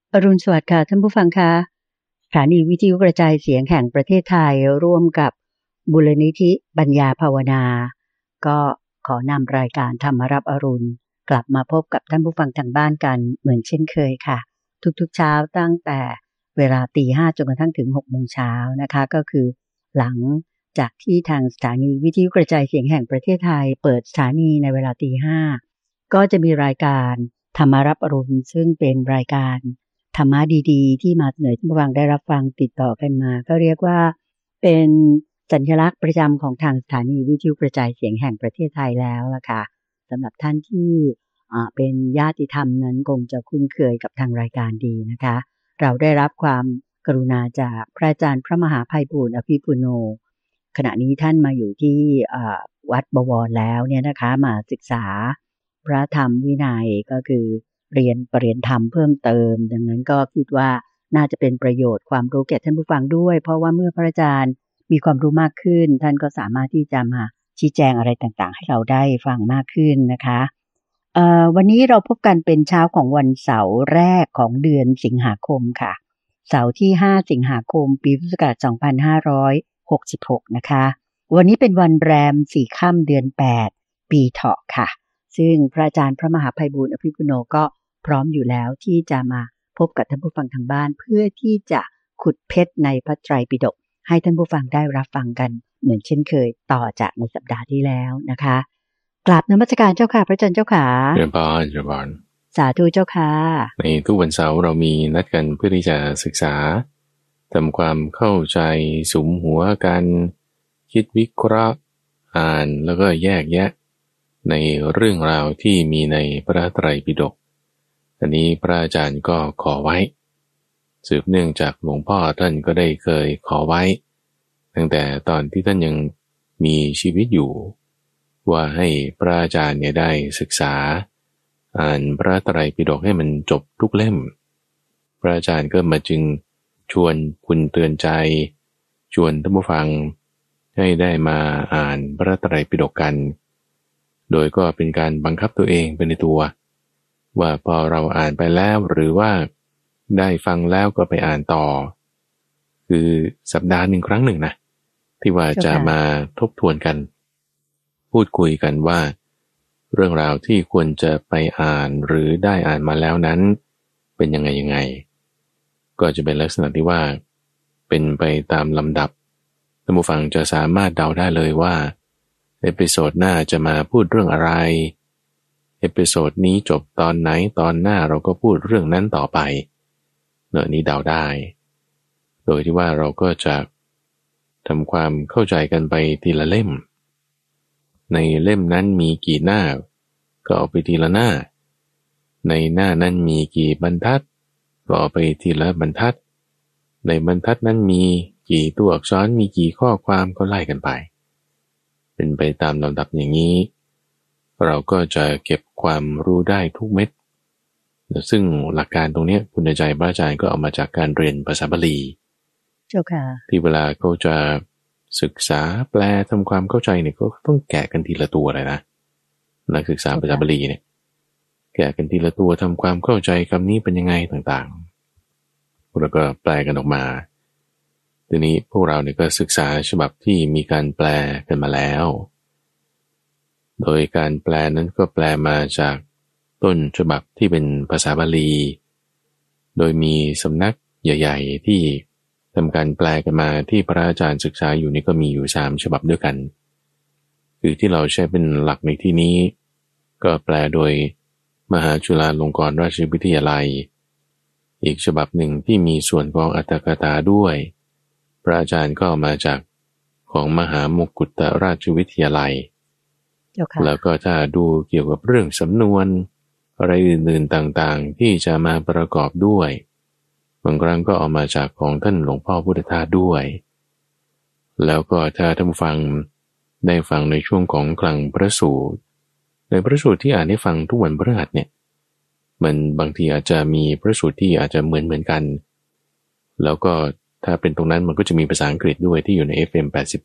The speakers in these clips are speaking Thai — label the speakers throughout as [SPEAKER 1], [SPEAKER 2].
[SPEAKER 1] อรุณสวัสดิ์ค่ะท่านผู้ฟังคะสถานีวิทยุกระจายเสียงแห่งประเทศไทยร่วมกับมูลนิธิปัญญาภาวนาก็ขอนำรายการธรรมรับอรุณกลับมาพบกับท่านผู้ฟังทางบ้านกันเหมือนเช่นเคยค่ะทุกๆเช้าตั้งแต่เวลา 5:00 นจนกระทั่งถึง 6:00 นนะคะก็คือหลังจากที่ทางสถานีวิทยุกระจายเสียงแห่งประเทศไทยเปิดสถานีในเวลา 5:00 นก็จะมีรายการธรรมรับอรุณซึ่งเป็นรายการธรรมะดีๆที่มาเสนอท่านผู้ฟังได้รับฟังติดต่อกันมาก็เรียกว่าเป็นสัญลักษณ์ประจำของทางสถานีวิทยุกระจายเสียงแห่งประเทศไทยแล้วล่ะค่ะสำหรับท่านที่เป็นญาติธรรมนั้นคงจะคุ้นเคยกับทางรายการดีนะคะเราได้รับความกรุณาจากพระอาจารย์พระมหาไพบูลย์อภิปุโนขณะนี้ท่านมาอยู่ที่วัดบวรแล้วเนี่ยนะคะมาศึกษาพระธรรมวินัยก็คือเรียนปริญญาธรรมเพิ่มเติมดังนั้นก็คิดว่าน่าจะเป็นประโยชน์ความรู้แก่ท่านผู้ฟังด้วยเพราะว่าเมื่อพระอาจารย์มีความรู้มากขึ้นท่านก็สามารถที่จะมาชี้แจงอะไรต่างๆให้เราได้ฟังมากขึ้นนะคะวันนี้เราพบกันเป็นเช้าของวันเสาร์แรกของเดือนสิงหาคมค่ะเสาร์ที่5สิงหาคมปีพุทธศักราช2566นะคะวันนี้เป็นวันแรม4ค่ำเดือน8ปีเถาะค่ะซึ่งพระอาจารย์พระมหาไพบูลย์อภิปุโนก็พร้อมอยู่แล้วที่จะมาพบกับท่านผู้ฟังทางบ้านเพื่อที่จะขุดเพชรในพระไตรปิฎกให้ท่านผู้ฟังได้รับฟังกันเหมือนเช่นเคยต่อจากในสัปดาห์ที่แล้วนะคะกราบนมัสการเจ้าค่ะพระอาจารย์เจ้าค่ะ
[SPEAKER 2] เจริญพรเจริญพร
[SPEAKER 1] สาธุเจ้าค่ะ
[SPEAKER 2] ในทุกวันเสาร์เรามีนัดกันเพื่อที่จะศึกษาทำความเข้าใจสุมหัวกันคิดวิเคราะห์อ่านแล้วก็แยกแยะในเรื่องราวที่มีในพระไตรปิฎกอันนี้พระอาจารย์ก็ขอไว้สืบเนื่องจากหลวงพ่อท่านก็ได้เคยขอไว้ตั้งแต่ตอนที่ท่านยังมีชีวิตอยู่ว่าให้พระอาจารย์เนี่ยได้ศึกษาอ่านพระไตรปิฎกให้มันจบทุกเล่มพระอาจารย์ก็มาจึงชวนคุณเตือนใจชวนท่านผู้ฟังให้ได้มาอ่านพระไตรปิฎกกันโดยก็เป็นการบังคับตัวเองเป็นในตัวว่าพอเราอ่านไปแล้วหรือว่าได้ฟังแล้วก็ไปอ่านต่อคือสัปดาห์หนึ่งครั้งหนึ่งนะที่ว่าจะมาทบทวนกันพูดคุยกันว่าเรื่องราวที่ควรจะไปอ่านหรือได้อ่านมาแล้วนั้นเป็นยังไงก็จะเป็นลักษณะที่ว่าเป็นไปตามลำดับท่านผู้ฟังจะสามารถเดาได้เลยว่าเอพิโซดหน้าจะมาพูดเรื่องอะไรเอพิโซดนี้จบตอนไหนตอนหน้าเราก็พูดเรื่องนั้นต่อไปนี้เดาได้โดยที่ว่าเราก็จะทำความเข้าใจกันไปทีละเล่มในเล่มนั้นมีกี่หน้าก็เอาไปทีละหน้าในหน้านั้นมีกี่บรรทัดก็เอาไปทีละบรรทัดในบรรทัดนั้นมีกี่ตัวอักษรมีกี่ข้อความก็ไล่กันไปเป็นไปตามลำดับอย่างนี้เราก็จะเก็บความรู้ได้ทุกเม็ดซึ่งหลักการตรงนี้คุณใจพระอาจารย์ก็เอามาจากการเรียนภาษาบาลี
[SPEAKER 1] เจ้าค่ะ
[SPEAKER 2] ที่เวลาเขาจะศึกษาแปลทำความเข้าใจเนี่ยก็ต้องแกะกันทีละตัวเลยนะนักศึกษาภาษาบาลีเนี่ยแกะกันทีละตัวทำความเข้าใจคำนี้เป็นยังไงต่างๆแล้วก็แปลกันออกมาทีนี้พวกเราเนี่ยก็ศึกษาฉบับที่มีการแปลกันมาแล้วโดยการแปลนั้นก็แปลมาจากต้นฉบับที่เป็นภาษาบาลีโดยมีสำนักใหญ่ๆที่ทำการแปลกันมาที่พระอาจารย์ศึกษาอยู่นี่ก็มีอยู่3ฉบับด้วยกันคือที่เราใช้เป็นหลักในที่นี้ก็แปลโดยมหาจุฬาลงกรณราชวิทยาลัยอีกฉบับหนึ่งที่มีส่วนของอัตถกถาด้วยพระอาจารย์ก็มาจากของมหามกุฏราชวิทยาลัยแล้วก็ถ้าดูเกี่ยวกับเรื่องสำนวนอะไรอื่นๆต่างๆที่จะมาประกอบด้วยบางครั้งก็เอามาจากของท่านหลวงพ่อพุทธทาสด้วยแล้วก็ถ้าท่านฟังได้ฟังในช่วงของคลังพระสูตรในพระสูตรที่อ่านให้ฟังทุกวันพฤหัสเนี่ยมันบางทีอาจจะมีพระสูตรที่อาจจะเหมือนกันแล้วก็ถ้าเป็นตรงนั้นมันก็จะมีภาษาอังกฤษด้วยที่อยู่ใน FM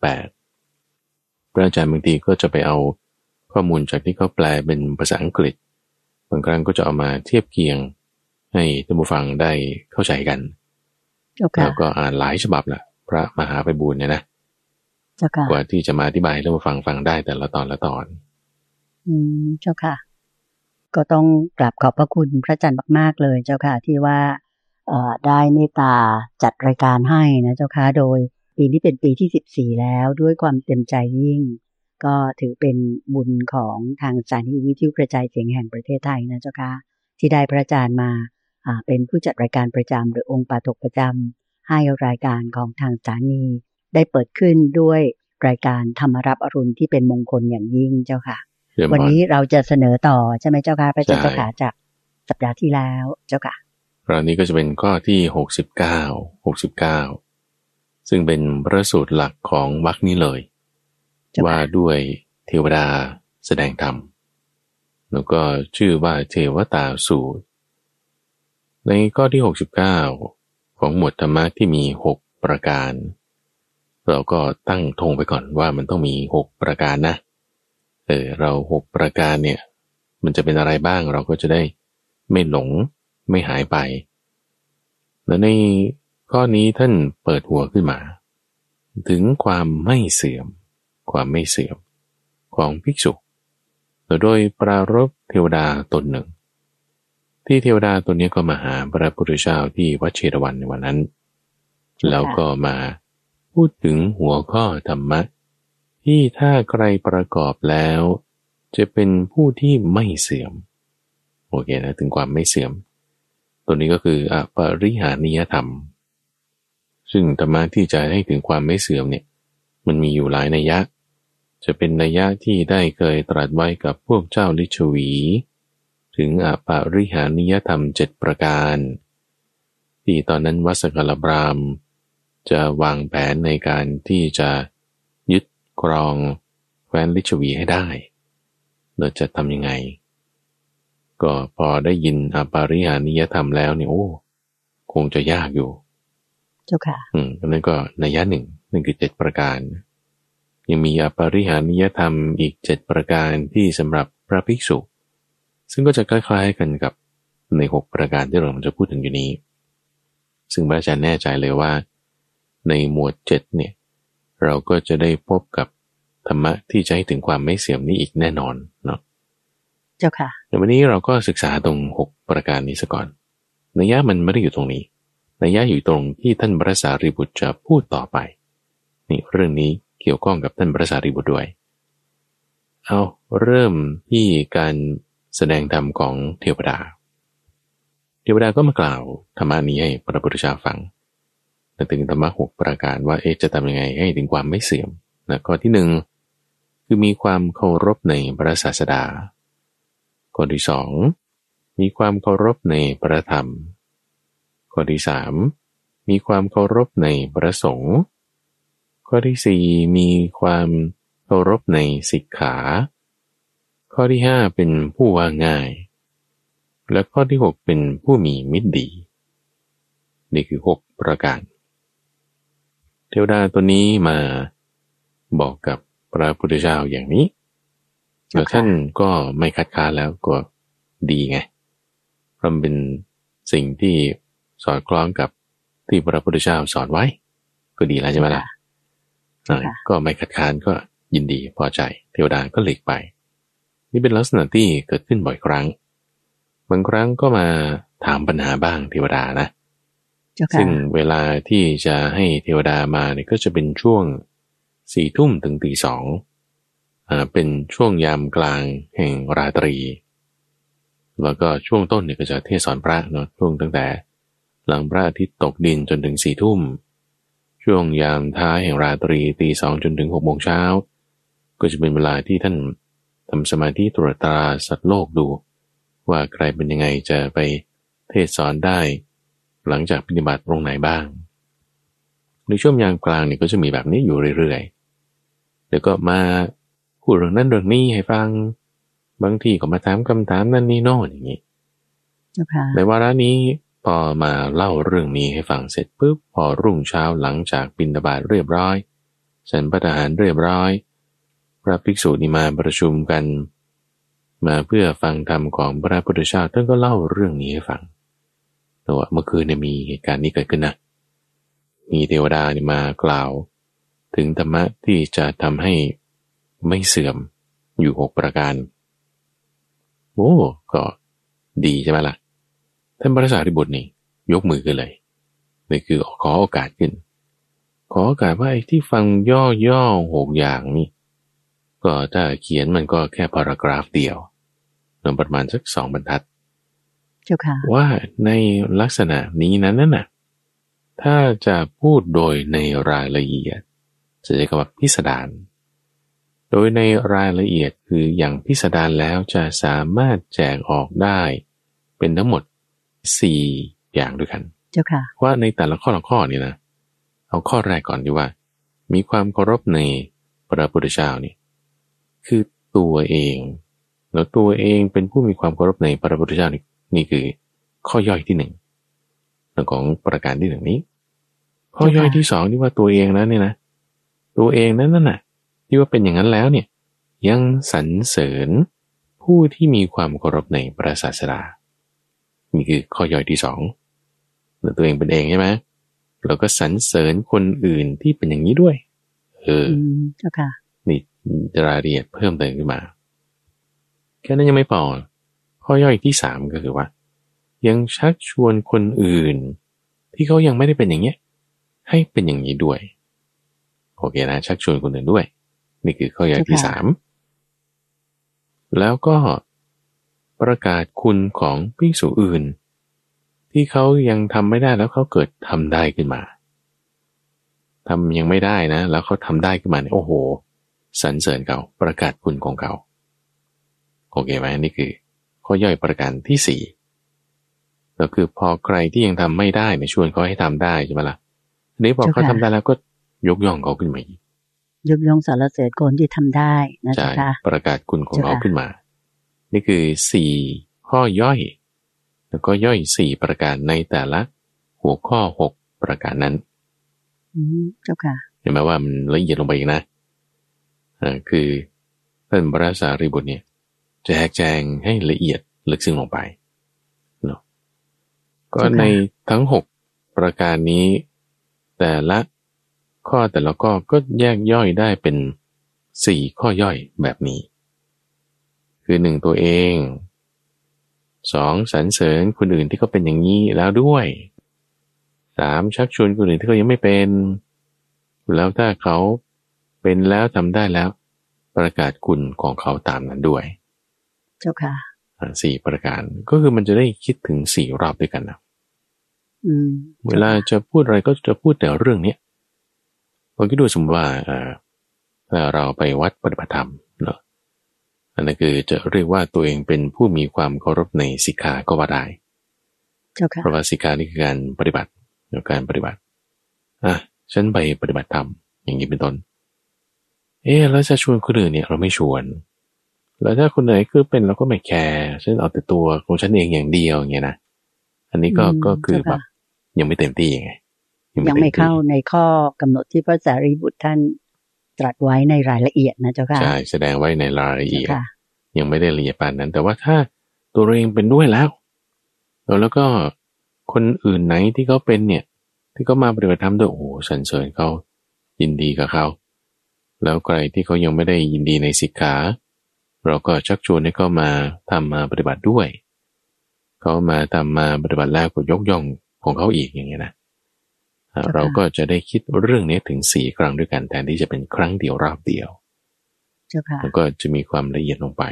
[SPEAKER 2] 88พระอาจารย์บางทีก็จะไปเอาข้อมูลจากที่เขาแปลเป็นภาษาอังกฤษบางครั้งก็จะเอามาเทียบเคียงให้ท่านผู้ฟังได้เข้าใจกันแล้วก็อ่านหลายฉบับแหละพระมหาไพบูลย์เนี่ยนะกว่าที่จะมาอธิบายให้ท่านผู้ฟังฟังได้แต่ละตอนละตอน
[SPEAKER 1] เจ้าค่ะก็ต้องกราบขอบพระคุณพระอาจารย์มากๆเลยเจ้าค่ะที่ว่าได้เมตตาจัดรายการให้นะเจ้าค่ะโดยปีนี้เป็นปีที่14แล้วด้วยความเต็มใจยิ่งก็ถือเป็นบุญของทางสถานีวิทยุกระจายเสียงแห่งประเทศไทยนะเจ้าค่ะที่ได้พระอาจารย์มาเป็นผู้จัดรายการประจำหรือองค์ปาฐกประจำให้รายการของทางสถานีได้เปิดขึ้นด้วยรายการธรรมรับอรุณที่เป็นมงคลอย่างยิ่งเจ้าค่ะวันนี้เราจะเสนอต่อใช่ไหมเจ้าค่ะพระอาจารย์เจ้าค่ะจากสัปดาห์ที่แล้วเจ้าค่ะ
[SPEAKER 2] คราวนี้ก็จะเป็นข้อที่69ซึ่งเป็นพระสูตรหลักของวรรคนี้เลยว่าด้วยเทวดาแสดงธรรมแล้วก็ชื่อว่าเทวตาสูตรในข้อที่69ของหมวดธรรมะที่มี6ประการเราก็ตั้งธงไปก่อนว่ามันต้องมี6ประการนะเรา6ประการเนี่ยมันจะเป็นอะไรบ้างเราก็จะได้ไม่หลงไม่หายไปและในข้อนี้ท่านเปิดหัวขึ้นมาถึงความไม่เสื่อมของภิกษุโดยปรารภเทวดาตนหนึ่งที่เทวดาตนนี้ก็มาหาพระพุทธเจ้าที่วัดเชตวันในวันนั้นแล้วก็มาพูดถึงหัวข้อธรรมะที่ถ้าใครประกอบแล้วจะเป็นผู้ที่ไม่เสื่อมโอเคนะถึงความไม่เสื่อมตัวนี้ก็คืออปริหานิยธรรมซึ่งธรรมะที่จะให้ถึงความไม่เสื่อมเนี่ยมันมีอยู่หลายนัยยะจะเป็นนัยยะที่ได้เคยตรัสไว้กับพวกเจ้าลิชวีถึงอปริหานิยธรรม7ประการที่ตอนนั้นวัสสกลพราหมณ์จะวางแผนในการที่จะยึดครองแคว้นลิชวีให้ได้เราจะทำยังไงก็พอได้ยินอปริหานิยธรรมแล้วเนี่ยโอ้คงจะยากอยู่
[SPEAKER 1] เจ้าค่ะ
[SPEAKER 2] นั่นก็นัยยะหนึ่งนั่นคือ7ประการยังมีอปริหานิยธรรมอีก7ประการที่สำหรับพระภิกษุซึ่งก็จะคล้ายๆกันกับใน6ประการที่เราจะพูดถึงอยู่นี้ซึ่งพระอาจารย์แน่ใจเลยว่าในหมวด7เนี่ยเราก็จะได้พบกับธรรมะที่จะให้ถึงความไม่เสื่อมนี้อีกแน่นอนเนาะ
[SPEAKER 1] เจ้าค่ะ
[SPEAKER 2] ในวันนี้เราก็ศึกษาตรง6ประการนี้ซะก่อนนัยยะมันไม่ได้อยู่ตรงนี้นัยยะอยู่ตรงที่ท่านพระสารีบุตรจะพูดต่อไปนี่เรื่องนี้เกี่ยวข้องกับท่านพระสารีบุตรด้วยเอาเริ่มที่การแสดงธรรมของเทวดาก็มากล่าวธรรมนี้ให้พระพุทธเจ้าฟังถึงธรรมะ6ประการว่าจะทำยังไงให้ถึงความไม่เสื่อมนะข้อที่1คือมีความเคารพในพระศาสดาข้อที่2มีความเคารพในพระธรรมข้อที่3มีความเคารพในพระสงฆ์ข้อที่4มีความเคารพในสิกขาข้อที่5เป็นผู้ว่าง่ายและข้อที่6เป็นผู้มีมิตรดีนี่คือ6ประการเทวดาตัวนี้มาบอกกับพระพุทธเจ้าอย่างนี้แล้วท่านก็ไม่คัดค้านแล้วก็ดีไงเพราะมันเป็นสิ่งที่สอดคล้องกับที่พระพุทธเจ้าสอนไว้ก็ดีแล้วใช่ไหมล่ะก็ไม่คัดค้านก็ยินดีพอใจเทวดาก็หลีกไปนี่เป็นลักษณะที่เกิดขึ้นบ่อยครั้งบางครั้งก็มาถามปัญหาบ้างเทวดานะซึ่งเวลาที่จะให้เทวดามาเนี่ยก็จะเป็นช่วง4 ทุ่มถึงตี 2เป็นช่วงยามกลางแห่งราตรีแล้วก็ช่วงต้นเนี่ยก็จะเทศสอนพระเนาะช่วงตั้งแต่หลังพระอาทิตย์ตกดินจนถึง4 ทุ่มช่วงยามท้ายแห่งราตรีตี 2จนถึง6 โมงเช้าก็จะเป็นเวลาที่ท่านทำสมาธิตรวจตราสัตว์โลกดูว่าใครเป็นยังไงจะไปเทศสอนได้หลังจากปฏิบัติตรงไหนบ้างในช่วงยามกลางเนี่ยก็จะมีแบบนี้อยู่เรื่อยๆแล้วก็มาพูดเรื่องนั้นเรื่องนี้ให้ฟังบางทีก็มาถามคำถามนั่นนี่โน่นอย่างนี้ในวาระนี้พอมาเล่าเรื่องนี้ให้ฟังเสร็จปุ๊บพอรุ่งเช้าหลังจากบิณฑบาตเรียบร้อยฉันภัตตาหารเรียบร้อยพระภิกษุนี่มาประชุมกันมาเพื่อฟังธรรมของพระพุทธเจ้าท่านก็เล่าเรื่องนี้ให้ฟังแต่ว่าเมื่อคืนเนี่ยมีเหตุการณ์นี้เกิดขึ้นนะมีเทวดาเนี่ยมากล่าวถึงธรรมะที่จะทำให้ไม่เสื่อมอยู่6ประการโอ้ก็ดีใช่ไหมล่ะท่านพระสารีบุตรนี่ยกมือขึ้นเลยนี่คือขอโอกาสขึ้นขอโอกาสว่าไอ้ที่ฟังย่อๆ6อย่างนี่ก็ถ้าเขียนมันก็แค่พารากราฟเดียวประมาณสัก2บรรทัด
[SPEAKER 1] เจ้าค่ะ
[SPEAKER 2] ว่าในลักษณะนี้นั้นน่ะถ้าจะพูดโดยในรายละเอียดจะใช้คำว่าพิสดารโดยในรายละเอียดคืออย่างพิสดารแล้วจะสามารถแจกออกได้เป็นทั้งหมด4อย่างด้วยกัน
[SPEAKER 1] เจ้าค่ะ
[SPEAKER 2] ว่าในแต่ละข้อนี่นะเอาข้อแรกก่อนดีว่ามีความเคารพในพระพุทธเจ้านี่คือตัวเองแล้วตัวเองเป็นผู้มีความเคารพในพระพุทธเจ้านี่คือข้อย่อยที่1เรื่องของประการที่1นี้ข้อย่อยที่2นี่ว่าตัวเองนั้นเนี่ยนะตัวเองนั้นน่ะที่ว่าเป็นอย่างนั้นแล้วเนี่ยยังสรรเสริญผู้ที่มีความเคารพในพระศาสดานี่คือข้อย่อยที่2แล้วตัวเองเป็นเองใช่ไหมแล้วก็สรรเสริญคนอื่นที่เป็นอย่างนี้ด้วย
[SPEAKER 1] เจ้าค่ะ
[SPEAKER 2] นี่รายละเอียดเพิ่มเติมขึ้นมาแค่นั้นยังไม่พอข้อย่อยที่3ก็คือว่ายังชักชวนคนอื่นที่เขายังไม่ได้เป็นอย่างเงี้ยให้เป็นอย่างนี้ด้วยโอเคนะชักชวนคนอื่นด้วยนี่คือข้อย่อยที่3แล้วก็ประกาศคุณของภิกษุอื่นที่เขายังทำไม่ได้แล้วเขาเกิดทำได้ขึ้นมาทำยังไม่ได้นะแล้วเขาทำได้ขึ้นมาเนี่ยโอ้โหสรรเสริญเขาประกาศคุณของเขาโอเคไหมนี่คือข้อย่อยประการที่4ก็คือพอใครที่ยังทำไม่ได้เนี่ยชวนเขาให้ทำได้ใช่ไหมล่ะทีนี้พอเขาทำได้แล้วก็ยกย่องเขาขึ้นมาอีก
[SPEAKER 1] ยกย่องสรรเสริญคนที่ทำได้นะจ๊ะค่ะ
[SPEAKER 2] ประกาศคุณของเขาขึ้นมานี่คือ4ข้อย่อยแล้วก็ย่อย4ประการในแต่ละหัวข้อ6ประการนั้น
[SPEAKER 1] เจ้าค่ะ
[SPEAKER 2] เห็นไหมว่ามันละเอียดลงไปอีกนะคือท่านพระสารีบุตรเนี่ยแจกแจงให้ละเอียดลึกซึ้งลงไปเนาะก็ในทั้ง6ประการนี้แต่ละข้อก็แยกย่อยได้เป็น4ข้อย่อยแบบนี้คือ1ตัวเอง2สรรเสริญคนอื่นที่เขาเป็นอย่างนี้แล้วด้วย3ชักชวนคนอื่นที่เขายังไม่เป็นแล้วถ้าเขาเป็นแล้วทำได้แล้วประกาศคุณของเขาตามนั้นด้วย
[SPEAKER 1] เจ้าค่ะ
[SPEAKER 2] 4ประการก็คือมันจะได้คิดถึง4รอบด้วยกันนะเวลาจะพูดอะไรก็จะพูดแต่เรื่องนี้ลองคิดดูสมมติว่าถ้าเราไปวัดปฏิบัติธรรมเนาะอันนั้นคือจะเรียกว่าตัวเองเป็นผู้มีความเคารพในสิกขาก็ว่าได้เพราะว่าสิกขานี่คือการปฏิบัติการปฏิบัติฉันไปปฏิบัติธรรมอย่างนี้เป็นต้นแล้วจะชวนคนอื่นเนี่ยเราไม่ชวนแล้วถ้าคนไหนคือเป็นเราก็ไม่แคร์ฉันเอาแต่ตัวของฉันเองอย่างเดียวอย่างเงี้ยนะอันนี้ก็คือแบบยังไม่เต็มที่ไง
[SPEAKER 1] ยังไม่เข้าในข้อกำหนดที่พระสารีบุตรท่านตรัสไว้ในรายละเอียดนะเจ้าค่ะ
[SPEAKER 2] ใช่แสดงไว้ในรายละเอียดยังไม่ได้ละเอียดปานนั้นแต่ว่าถ้าตัวเองเป็นด้วยแล้วก็คนอื่นไหนที่เขาเป็นเนี่ยที่เขามาปฏิบัติธรรมด้วยโอ้สรรเสริญเขายินดีกับเขาแล้วใครที่เขายังไม่ได้ยินดีในสิกขาเราก็ชักชวนให้เขามาทำมาปฏิบัติด้วยเขามาทำมาปฏิบัติแล้วก็ยกย่องของเขาอีกอย่างเงี้ยนะเราก็จะได้คิดเรื่องนี้ถึง4ครั้งด้วยกันแทนที่จะเป็นครั้งเดียวรอบเดียวแล้วก็จะมีความละเอียดลงไป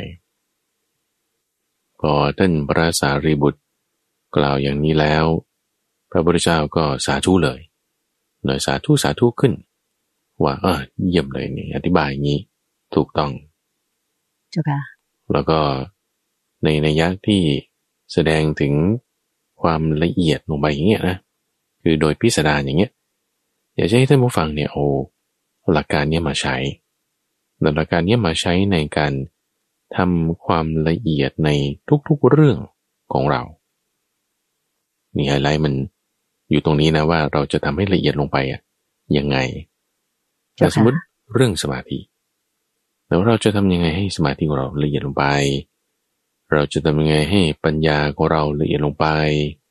[SPEAKER 2] พอท่านพระสารีบุตรกล่าวอย่างนี้แล้วพระพุทธเจ้าก็สาธุเลยหน่อยสาธุขึ้นว่าเยี่ยมเลยนี่อธิบายอย่างนี้ถูกต้อง
[SPEAKER 1] เจ้าค่ะ
[SPEAKER 2] แล้วก็ในนัยยะที่แสดงถึงความละเอียดลงไปอย่างเงี้ยนะคือโดยพิสดารอย่างเงี้ยอยากให้ท่านผู้ฟังเนี่ยเอาหลักการนี้มาใช้หลักการนี้มาใช้ในการทำความละเอียดในทุกๆเรื่องของเรานี่ไฮไลท์มันอยู่ตรงนี้นะว่าเราจะทำให้ละเอียดลงไปยังไงสมมติเรื่องสมาธิแล้วเราจะทำยังไงให้สมาธิของเราละเอียดลงไปเราจะทำยังไงให้ปัญญาของเราละเอียดลงไป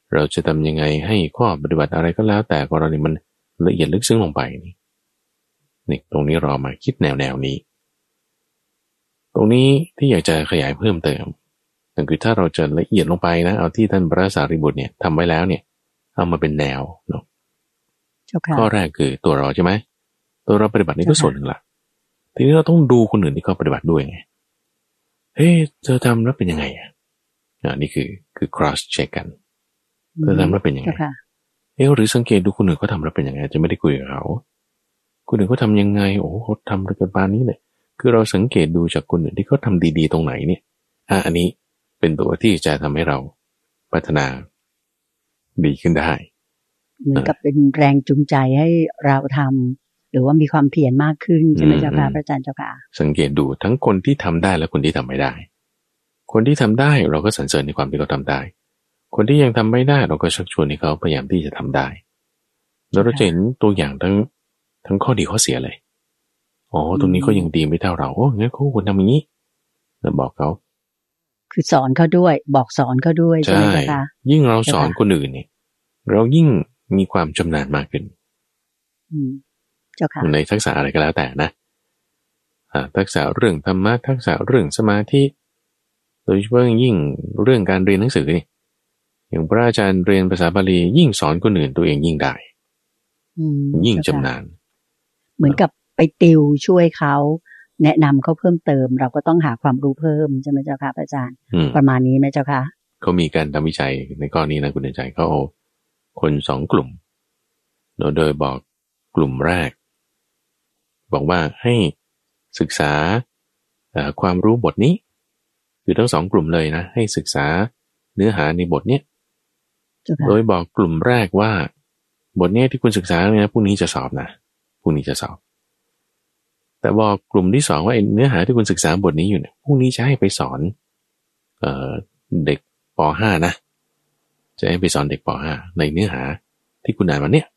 [SPEAKER 2] เราจะทำยังไงให้ข้อปฏิบัติอะไรก็แล้วแต่ของเราเนี่ยมันละเอียดลึกซึ้งลงไปนี่ตรงนี้เรามาคิดแนวนี้ตรงนี้ที่อยากจะขยายเพิ่มเติมนั่นคือถ้าเราจะละเอียดลงไปนะเอาที่ท่านพระสารีบุตรเนี่ยทำไว้แล้วเนี่ยเอามาเป็นแนวเนาะข้อแรกคือตัวเราใช่ไหมตัวเราปฏิบัตินี่ก็ส่วนหนึ่งละทีนี้เราต้องดูคนอื่นที่เขาปฏิบัติด้วยไงเฮ้ยเธอทำแล้วเป็นยังไงนี่คือ cross check กันเธอทำแล้วเป็นยังไงหรือสังเกตดูคนอื่นเขาทำแล้วเป็นยังไงจะไม่ได้คุยกับเขาคนอื่นเขาทำยังไงโอ้เขาทำระดับปานนี้เลยคือเราสังเกตดูจากคนอื่นที่เขาทำดีๆตรงไหนเนี่ยอันนี้เป็นตัวที่จะทำให้เราพัฒนาดีขึ้นได้
[SPEAKER 1] เหมือนกับเป็นแรงจูงใจให้เราทำหรือว่ามีความเพียรมากขึ้นใช่ไหมเจ้าค่ะพระอาจารย์เจ้าค่ะสั
[SPEAKER 2] งเกตดูทั้งคนที่ทำได้และคนที่ทำไม่ได้คนที่ทำได้เราก็สรรเสริญในความที่เขาทำได้คนที่ยังทำไม่ได้เราก็ชักชวนให้เขาพยายามที่จะทำได้แล้วเราจะเห็นตัวอย่างทั้งข้อดีข้อเสียเลยตรงนี้เขายังดีไม่เท่าเรางั้นเขาควรทำอย่างนี้เราบอกเขา
[SPEAKER 1] คือสอนเขาด้วยบอกสอนเขาด้วยใช่ไหมคะ
[SPEAKER 2] ยิ่งเราสอนคนอื่นเนี่ยเรายิ่งมีความชำนาญมากขึ้น
[SPEAKER 1] เจ้าค่ะ
[SPEAKER 2] ในทักษะอะไรก็แล้วแต่นะทักษะเรื่องธรรมะทักษะเรื่องสมาธิโดยเฉพาะยิ่งเรื่องการเรียนหนังสือนี่อย่างพระอาจารย์เรียนภาษาบาลียิ่งสอนคนอื่นตัวเองยิ่งได้ยิ่งชำนาญ
[SPEAKER 1] เหมือนกับไปติวช่วยเขาแนะนำเขาเพิ่มเติมเราก็ต้องหาความรู้เพิ่มใช่ไหมเจ้าค่ะอาจารย์ประมาณนี้ไหมเจ้าค่ะ
[SPEAKER 2] เขามีการทำวิจัยในข้อนี้นะคุณใจเขาเอาคน2 กลุ่มโดยบอกกลุ่มแรกบอกว่าให้ศึกษาความรู้บทนี้คือทั้ง2 กลุ่มเลยนะให้ศึกษาเนื้อหาในบทนี้โดยบอกกลุ่มแรกว่าบทนี้ที่คุณศึกษาเนี่ยพรุ่งนี้จะสอบนะพรุ่งนี้จะสอบแต่บอกกลุ่มที่2ว่าเนื้อหาที่คุณศึกษาบทนี้อยู่เนี่ยพรุ่งนี้จะให้ไปสอนเด็กป.5 นะจะให้ไปสอนเด็กป.5 ในเนื้อหาที่คุณอ่านมาเนี่ย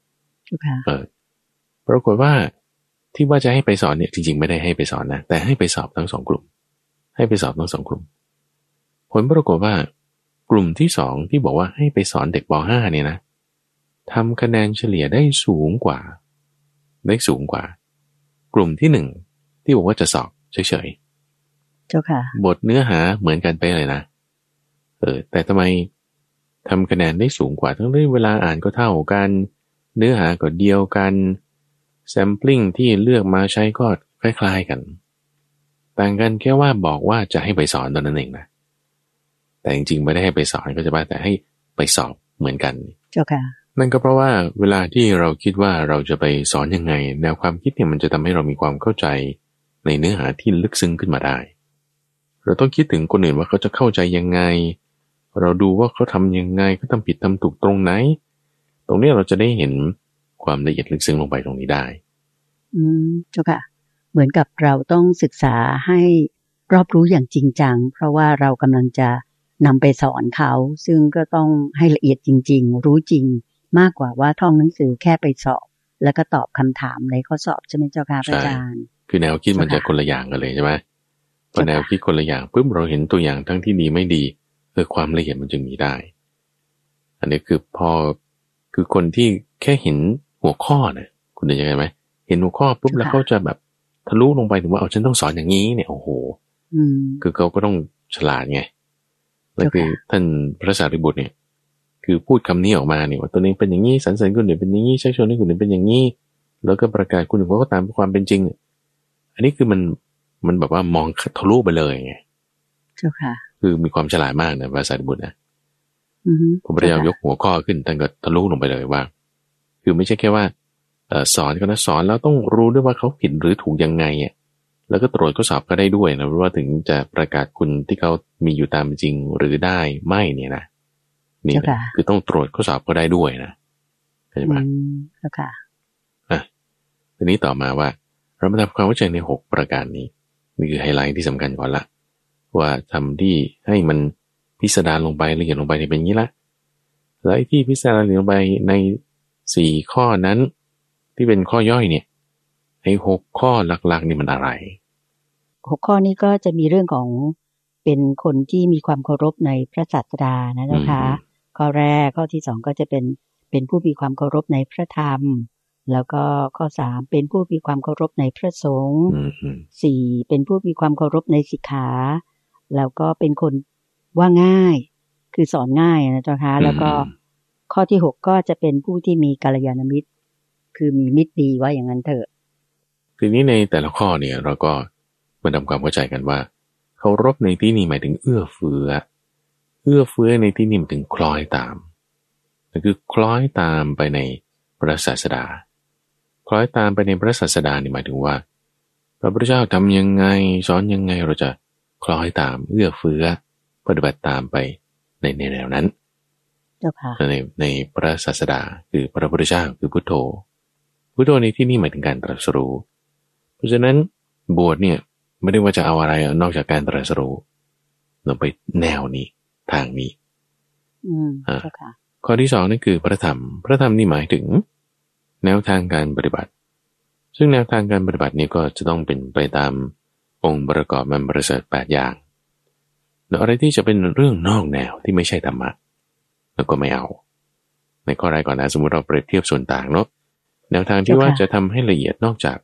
[SPEAKER 2] ปรากฏว่าที่ว่าจะให้ไปสอนเนี่ยจริงๆไม่ได้ให้ไปสอนนะแต่ให้ไปสอบทั้ง2 กลุ่มให้ไปสอบทั้ง2 กลุ่มผลปรากฏว่ากลุ่มที่2ที่บอกว่าให้ไปสอนเด็กป.5 เนี่ยนะทำคะแนนเฉลี่ยได้สูงกว่ากลุ่มที่1ที่บอกว่าจะสอบเฉย
[SPEAKER 1] ๆเจ้าค่ะ
[SPEAKER 2] บทเนื้อหาเหมือนกันไปเลยนะแต่ทำไมทำคะแนนได้สูงกว่าทั้งที่เวลาอ่านก็เท่ากันเนื้อหาก็เดียวกันแซมปลิ้งที่เลือกมาใช้ก็คล้ายๆกันต่างกันแค่ว่าบอกว่าจะให้ไปสอนตอนนั้นเองนะแต่จริงๆไม่ได้ให้ไปสอนก็จะว่าแต่ให้ไปสอบเหมือนกัน
[SPEAKER 1] เจ้าค่ะ
[SPEAKER 2] นั่นก็เพราะว่าเวลาที่เราคิดว่าเราจะไปสอนยังไงแนวความคิดเนี่ยมันจะทำให้เรามีความเข้าใจในเนื้อหาที่ลึกซึ้งขึ้นมาได้เราต้องคิดถึงคนอื่นว่าเขาจะเข้าใจยังไงเราดูว่าเขาทำยังไงเขาทำผิดทำถูกตรงไหนตรงนี้เราจะได้เห็นความละเอียดลึกซึ้งลงไปตรงนี้ได้
[SPEAKER 1] เจ้าค่ะเหมือนกับเราต้องศึกษาให้รอบรู้อย่างจริงจังเพราะว่าเรากำลังจะนำไปสอนเขาซึ่งก็ต้องให้ละเอียดจริงๆรู้จริงมากกว่าว่าท่องหนังสือแค่ไปสอบแล้วก็ตอบคำถามในข้อสอบใช่ไหมเจ้าค่ะอาจารย์
[SPEAKER 2] คือแนวคิดมันจะคนละอย่างกันเลยใช่ไหมพอแนวคิดคนละอย่างปุ๊บเราเห็นตัวอย่างทั้งที่ดีไม่ดีความละเอียดมันจึงมีได้อันนี้คือพอคือคนที่แค่เห็นหัวข้อนะคุณได้ยังไงไหมเห็นหัวข้อปุ๊บแล้วเขาจะแบบทะลุลงไปถึงว่าฉันต้องสอนอย่างนี้เนี่ยโอ้โหคือเขาก็ต้องฉลาดไงแล้วคือท่านพระสารีบุตรเนี่ยคือพูดคำนี้ออกมาเนี่ยว่าตัวเองเป็นอย่างนี้สรรเสริญคนอื่นเป็นอย่างนี้ชักชวนให้คนอื่นเป็นอย่างนี้แล้วก็ประกาศคนอื่นว่าก็ตามความเป็นจริงอันนี้คือมันแบบว่ามองทะลุไปเลยไง
[SPEAKER 1] เจ้าค่ะ
[SPEAKER 2] คือมีความฉลาดมากนะพระสารีบุตรนะผมพยายามยกหัวข้อขึ้นท่านก็ทะลุลงไปเลยว่าคือไม่ใช่แค่ว่าสอนก็นะสอนแล้วต้องรู้ด้วยว่าเขาผิดหรือถูกยังไงแล้วก็ตรวจข้อสอบก็ได้ด้วยนะว่าถึงจะประกาศคุณที่เขามีอยู่ตามจริงหรือได้ไม่เนี่ยนะนี่นะคือต้องตรวจข้อสอบก็ได้ด้วยนะเข้าใจไหม
[SPEAKER 1] ค่ะ
[SPEAKER 2] ทีนี้ต่อมาว่าเรามาทำความเข้าใจใน6ประการนี้นี่คือไฮไลท์ที่สำคัญก่อนละว่าทำที่ให้มันพิสดารลงไปละเอียดลงไปเป็นอย่างนี้ละแล้วที่พิสดารลงไปใน4ข้อนั้นที่เป็นข้อย่อยเนี่ยไอ้6ข้อหลักๆนี่มันอะไร
[SPEAKER 1] 6ข้อนี้ก็จะมีเรื่องของเป็นคนที่มีความเคารพในพระศาสดานะเจ้าค่ะข้อแรกข้อที่2ก็จะเป็นผู้มีความเคารพในพระธรรมแล้วก็ข้อ3เป็นผู้มีความเคารพในพระสงฆ์4เป็นผู้มีความเคารพในสิกขาแล้วก็เป็นคนว่าง่ายคือสอนง่ายนะเจ้าค่ะแล้วก็ข้อที่6ก็จะเป็นผู้ที่มีกัลยาณมิตรคือมีมิตรดีว่าอย่างนั้นเถอะ
[SPEAKER 2] ทีนี้ในแต่ละข้อเนี่ยเราก็มาทำความเข้าใจกันว่าเคารพในที่นี้หมายถึงเอื้อเฟื้อในที่นี้หมายถึงคล้อยตามนั่นคือคล้อยตามไปในพระศาสดาคล้อยตามไปในพระศาสดานี่หมายถึงว่าพระพุทธเจ้าทำยังไงสอนยังไงเราจะคล้อยตามเอื้อเฟื้อปฏิบัติตามไปในแนวนั้นในพระศาสดาคือพระพุทธเจ้าคือพุทโธในที่นี้หมายถึงการตรัสรู้เพราะฉะนั้นบวชเนี่ยไม่ได้ว่าจะเอาอะไรนอกจากการตรัสรู้เราไปแนวนี้ทางนี้ข้อที่2นั่นคือพระธรรมนี่หมายถึงแนวทางการปฏิบัติซึ่งแนวทางการปฏิบัตินี้ก็จะต้องเป็นไปตามองค์ประกอบมันประเสริฐ8อย่างแล้วอะไรที่จะเป็นเรื่องนอกแนวที่ไม่ใช่ธรรมะแล้วก็ไม่เอาในข้อแรกก่อนนะสมมติเราเปรียบเทียบส่วนต่างเนาะแนวทางที่ว่าจะทำให้ละเอียดนอกจาก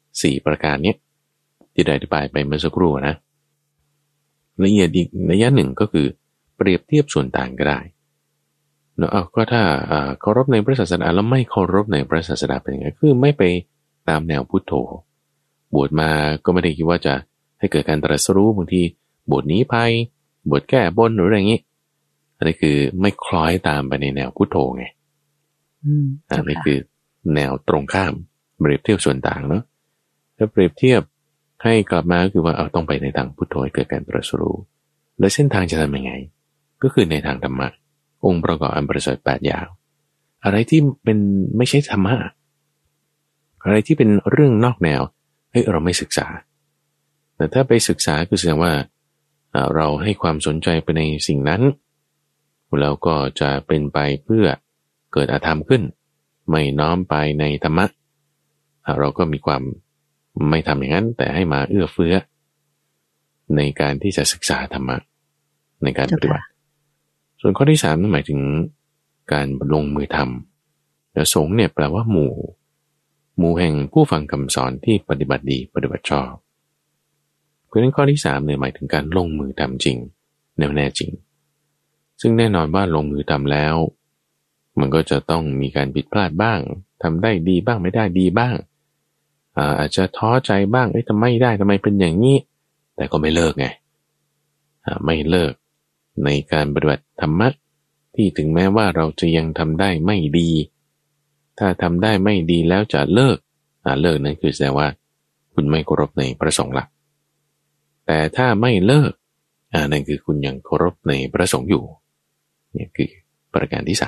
[SPEAKER 2] 4ประการนี้ที่ได้อธิบายไปเมื่อสักครู่นะละเอียดอีกระยะหนึ่งก็คือเปรียบเทียบส่วนต่างก็ได้แล้วก็ถ้าเคารพในพระศาสนาแล้วไม่เคารพในพระศาสนาเป็นยังไงคือไม่ไปตามแนวพุทโธบวชมาก็ไม่ได้คิดว่าจะให้เกิดการตรัสรู้บางทีบวชหนีภัยบวชแก้บนหรืออะไรอย่างนี้อันนี้คือไม่คล้อยตามไปในแนวพุทโธไงอันนี้คือแนวตรงข้ามเปรียบเทียบส่วนต่างเนาะถ้าเปรียบเทียบให้กลับมาก็คือว่าต้องไปในทางพุทโธให้เกิดการตรัสรู้และเส้นทางจะทำยังไงก็คือในทางธรรมะองค์ประกอบอันประเสริฐ8อย่างอะไรที่เป็นไม่ใช่ธรรมะอะไรที่เป็นเรื่องนอกแนวเราไม่ศึกษาแต่ถ้าไปศึกษาคือแสดงว่าเราให้ความสนใจไปในสิ่งนั้นแล้วก็จะเป็นไปเพื่อเกิดอาธรรมขึ้นไม่น้อมไปในธรรมะเราก็มีความไม่ทำอย่างนั้นแต่ให้มาเอื้อเฟื้อในการที่จะศึกษาธรรมะในการปฏิบัติส่วนข้อที่3นั่นหมายถึงการลงมือทำแล้วสงฆ์เนี่ยแปลว่าหมู่แห่งผู้ฟังคำสอนที่ปฏิบัติดีปฏิบัติชอบเพราะฉะนั้นข้อที่3เนี่ยหมายถึงการลงมือทำจริงแน่จริงซึ่งแน่นอนว่าลงมือทำแล้วมันก็จะต้องมีการผิดพลาดบ้างทำได้ดีบ้างไม่ได้ดีบ้างอาจจะท้อใจบ้างทำไมได้ทำไมเป็นอย่างนี้แต่ก็ไม่เลิกไงไม่เลิกในการปฏิบัติธรรมะที่ถึงแม้ว่าเราจะยังทำได้ไม่ดีถ้าทำได้ไม่ดีแล้วจะเลิกนั้นคือแสดงว่าคุณไม่เคารพในพระสงฆ์ละแต่ถ้าไม่เลิกนั่นคือคุณยังเคารพในพระสงฆ์อยู่นี่คือประการที่3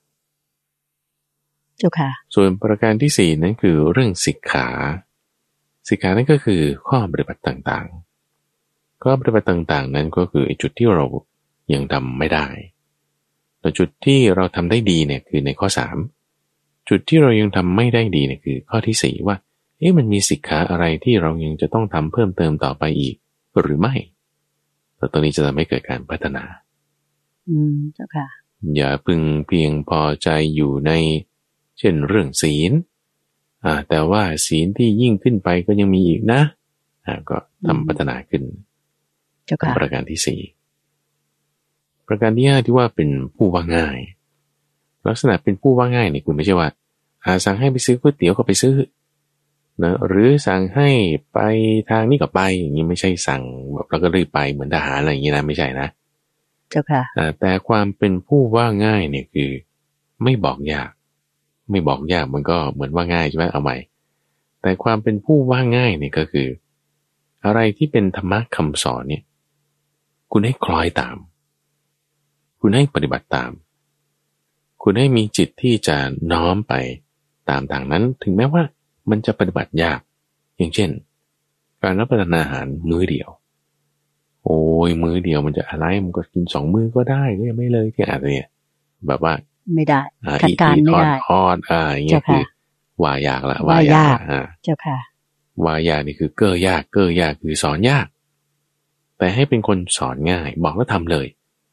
[SPEAKER 1] เจ้าค่ะ
[SPEAKER 2] ส่วนประการที่4นั้นคือเรื่องสิกขานั่นก็คือข้อปฏิบัติต่างๆข้อปฏิบัติต่างๆนั้นก็คือจุดที่เรายังทำไม่ได้แต่จุดที่เราทำได้ดีเนี่ยคือในข้อ3จุดที่เรายังทำไม่ได้ดีเนี่ยคือข้อที่4ว่ามันมีสิกขาอะไรที่เรายังจะต้องทำเพิ่มเติมต่อไปอีกหรือไม่แต่ตรงนี้จะทำให้เกิดการพัฒนา
[SPEAKER 1] เจ้าค่ะ
[SPEAKER 2] อย่าพึงเพียงพอใจอยู่ในเช่นเรื่องศีลแต่ว่าศีลที่ยิ่งขึ้นไปก็ยังมีอีกนะก็ทำพัฒนาขึ้นประการที่4ประการที่5ที่ว่าเป็นผู้ว่าง่ายลักษณะเป็นผู้ว่าง่ายนี่คุณไม่ใช่ว่าสั่งให้ไปซื้อก๋วยเตี๋ยวก็ไปซื้อนะหรือสั่งให้ไปทางนี้ก็ไปอย่างนี้ไม่ใช่สั่งแบบแล้วก็รีบไปเหมือนทหารอะไรอย่างนี้นะไม่ใช่นะ
[SPEAKER 1] เจ้าค่ะ
[SPEAKER 2] แต่ความเป็นผู้ว่าง่ายเนี่ยคือไม่บอกยากมันก็เหมือนว่าง่ายใช่ไหมเอาใหม่แต่ความเป็นผู้ว่าง่ายเนี่ยก็คืออะไรที่เป็นธรรมะคำสอนเนี่ยคุณให้คล้อยตามคุณให้ปฏิบัติตามคุณให้มีจิตที่จะน้อมไปตามทางนั้นถึงแม้ว่ามันจะปฏิบัติยากอย่างเช่นการรับประทานอาหารมื้อเดียวมื้อเดียวมันจะอะไรมันก็กิน2มื้อก็ได้ก็ยังไม่เลยที่อะไรเนี่ยแบบว่า
[SPEAKER 1] ไม่ได้ขัดการไม่ได้
[SPEAKER 2] อย่างเงี้ยคือวายากละ
[SPEAKER 1] วายากเจ้าค่ะ
[SPEAKER 2] วายากนี่คือเก้อยากคือสอนยากแต่ให้เป็นคนสอนง่ายบอกแล้วทำเลย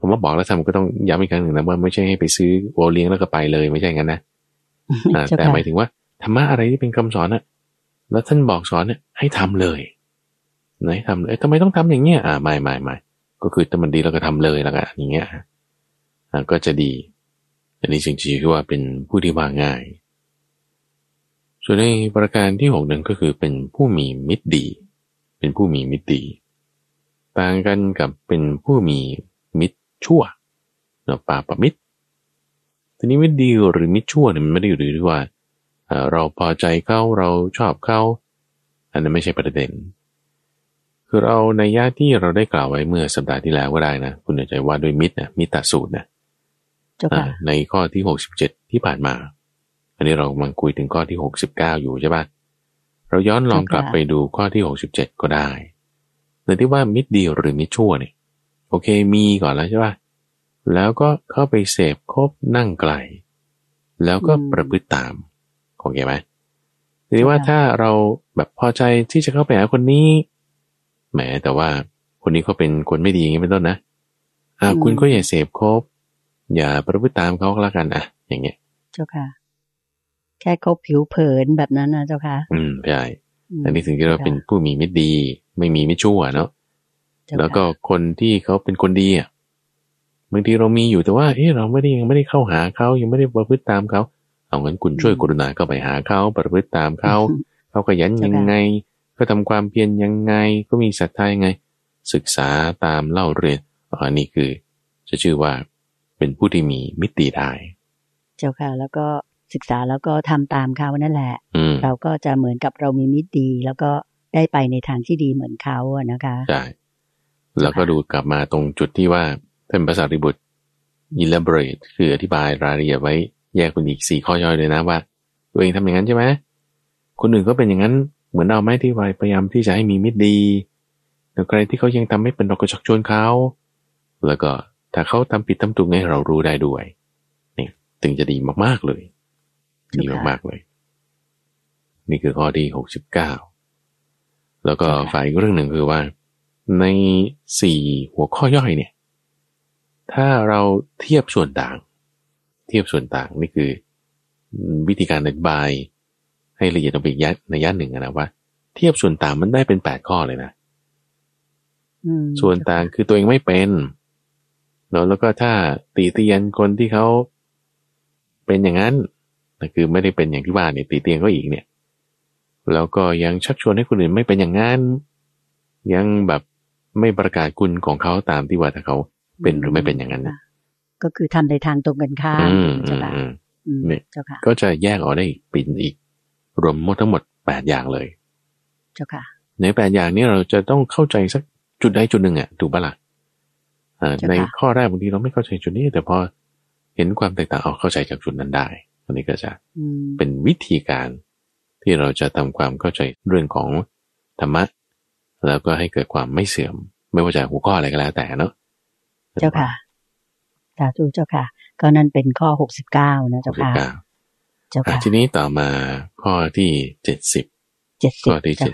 [SPEAKER 2] ผมว่าบอกแล้วทำก็ต้องย้ำอีกครั้งหนึ่งนะว่าไม่ใช่ให้ไปซื้อโอเลี้ยงแล้วก็ไปเลยไม่ใช่งั้นนะแต่หมายถึงว่าธรรมะอะไรที่เป็นคำสอนน่ะแล้วท่านบอกสอนเนี่ยให้ทำเลยไหนทำเลยทำไมต้องทำอย่างเงี้ยไม่ก็คือถ้ามันดีแล้วก็ทำเลยแล้วก็อย่างเงี้ยก็จะดีอันนี้จริงๆคือว่าเป็นผู้ที่ว่าง่ายส่วนในประการที่6นั้นก็คือเป็นผู้มีมิตรดีเป็นผู้มีมิตรดีต่างกันกับเป็นผู้มีมิตรชั่วเนาะปาปมิตรทีนี้มิตรดีหรือมิตรชั่วเนี่ยมันไม่ได้อยู่ที่ว่าเราพอใจเขาเราชอบเขาอันนั้นไม่ใช่ประเด็นคือเราในย่าที่เราได้กล่าวไว้เมื่อสัปดาห์ที่แล้วก็ได้นะคุณใจว่าด้วยมิตรนะมิตรสูตรนะในข้อที่67ที่ผ่านมาอันนี้เรากำลังคุยถึงข้อที่69อยู่ใช่ปะเราย้อนลองกลับไปดูข้อที่67ก็ได้ในที่ว่ามิตรดีหรือมิตรชั่วเนี่ยโอเคมีก่อนแล้วใช่ปะแล้วก็เข้าไปเสพคบนั่งไกลแล้วก็ประพฤติตามโอเคไหมทีนี้ว่าถ้าเราแบบพอใจที่จะเข้าไปหาคนนี้แหมแต่ว่าคนนี้เขาเป็นคนไม่ดีอย่างนี้เป็นต้นนะคุณก็อย่าเสพคบอย่าประพฤติตามเขาก็แล้วกันอย่างเงี้ย
[SPEAKER 1] เจ้าค่ะแค่คบผิวเผินแบบนั้นนะเจ้าค่ะ
[SPEAKER 2] ใช่อันนี้ถึงจะว่าเป็นผู้มีมิตรดีไม่มีมิตรชั่วเนาะแล้วก็คนที่เขาเป็นคนดีบางทีเรามีอยู่แต่ว่าเรายังไม่ได้เข้าหาเขายังไม่ได้ประพฤติตามเขาเอางั้นคุณช่วยกรุณาเข้าไปหาเขาประพฤติตามเขาเขาขยันยังไงก็ทำความเพียรยังไงก็มีศรัทธายังไงศึกษาตามเล่าเรียนนี่คือจะชื่อว่าเป็นผู้ที่มีมิตรดีได้
[SPEAKER 1] เจ้าค่ะแล้วก็ศึกษาแล้วก็ทำตามเขานั่นแหละเราก็จะเหมือนกับเรามีมิตรดีแล้วก็ได้ไปในทางที่ดีเหมือนเขาอะนะคะ
[SPEAKER 2] ใช่แล้วก็ดูกลับมาตรงจุดที่ว่าท่านพระสารีบุตร elaborate คืออธิบายรายละเอียดไว้แยกเป็นอีก4ข้อย่อยเลยนะว่าตัวเองทำอย่างนั้นใช่ไหมคนอื่นก็เป็นอย่างนั้นเหมือนเราไหมที่พยายามที่จะให้มีมิตรดีแต่ใครที่เขายังทำไม่เป็นเราก็ชักชวนเขาแล้วก็ถ้าเขาทำผิดทำถูกให้เรารู้ได้ด้วยนี่ถึงจะดีมากๆเลยดีมากๆเลยนี่คือข้อที่69แล้วก็ฝ่ายอีกเรื่องหนึ่งคือว่าใน4หัวข้อย่อยเนี่ยถ้าเราเทียบส่วนต่างนี่คือวิธีการอธิบายให้ละเอียดลงไปอีกในย่านหนึ่งนะว่าเทียบส่วนต่างมันได้เป็น8ข้อเลยนะส่วนต่างคือตัวเองไม่เป็นแล้วก็ถ้าติเตียนคนที่เขาเป็นอย่างนั้นคือไม่ได้เป็นอย่างที่ว่าเนี่ยติเตียนก็อีกเนี่ยแล้วก็ยังชักชวนให้คนอื่นไม่เป็นอย่างนั้นยังแบบไม่ประกาศคุณของเขาตามที่ว่าถ้าเขาเป็นหรือไม่เป็นอย่างนั้นนะ
[SPEAKER 1] ก็คือทำในทางตรงกันข้ามเจ้าค่ะ
[SPEAKER 2] เนี่ยก็จะแยกออกได้เป็นอีกรวมทั้งหมด8อย่างเลย
[SPEAKER 1] เจ้าค่ะ
[SPEAKER 2] ใน8อย่างนี้เราจะต้องเข้าใจสักจุดใดจุดหนึ่งถูกปะล่ะในข้อแรกบางทีเราไม่เข้าใจจุดนี้แต่พอเห็นความแตกต่างเข้าใจจากจุดนั้นได้อันนี้ก็จะเป็นวิธีการที่เราจะทำความเข้าใจเรื่องของธรรมะแล้วก็ให้เกิดความไม่เสื่อมไม่ว่าจะหัวข้ออะไรก็แล้วแต่เนาะ
[SPEAKER 1] เจ้าค่ะสาธุเจ้าค่ะก็นั่นเป็นข้อ69นะเจ้าค่ะ
[SPEAKER 2] เจ้าค่ะทีนี้ต่อมาข้อที่70ข้อที่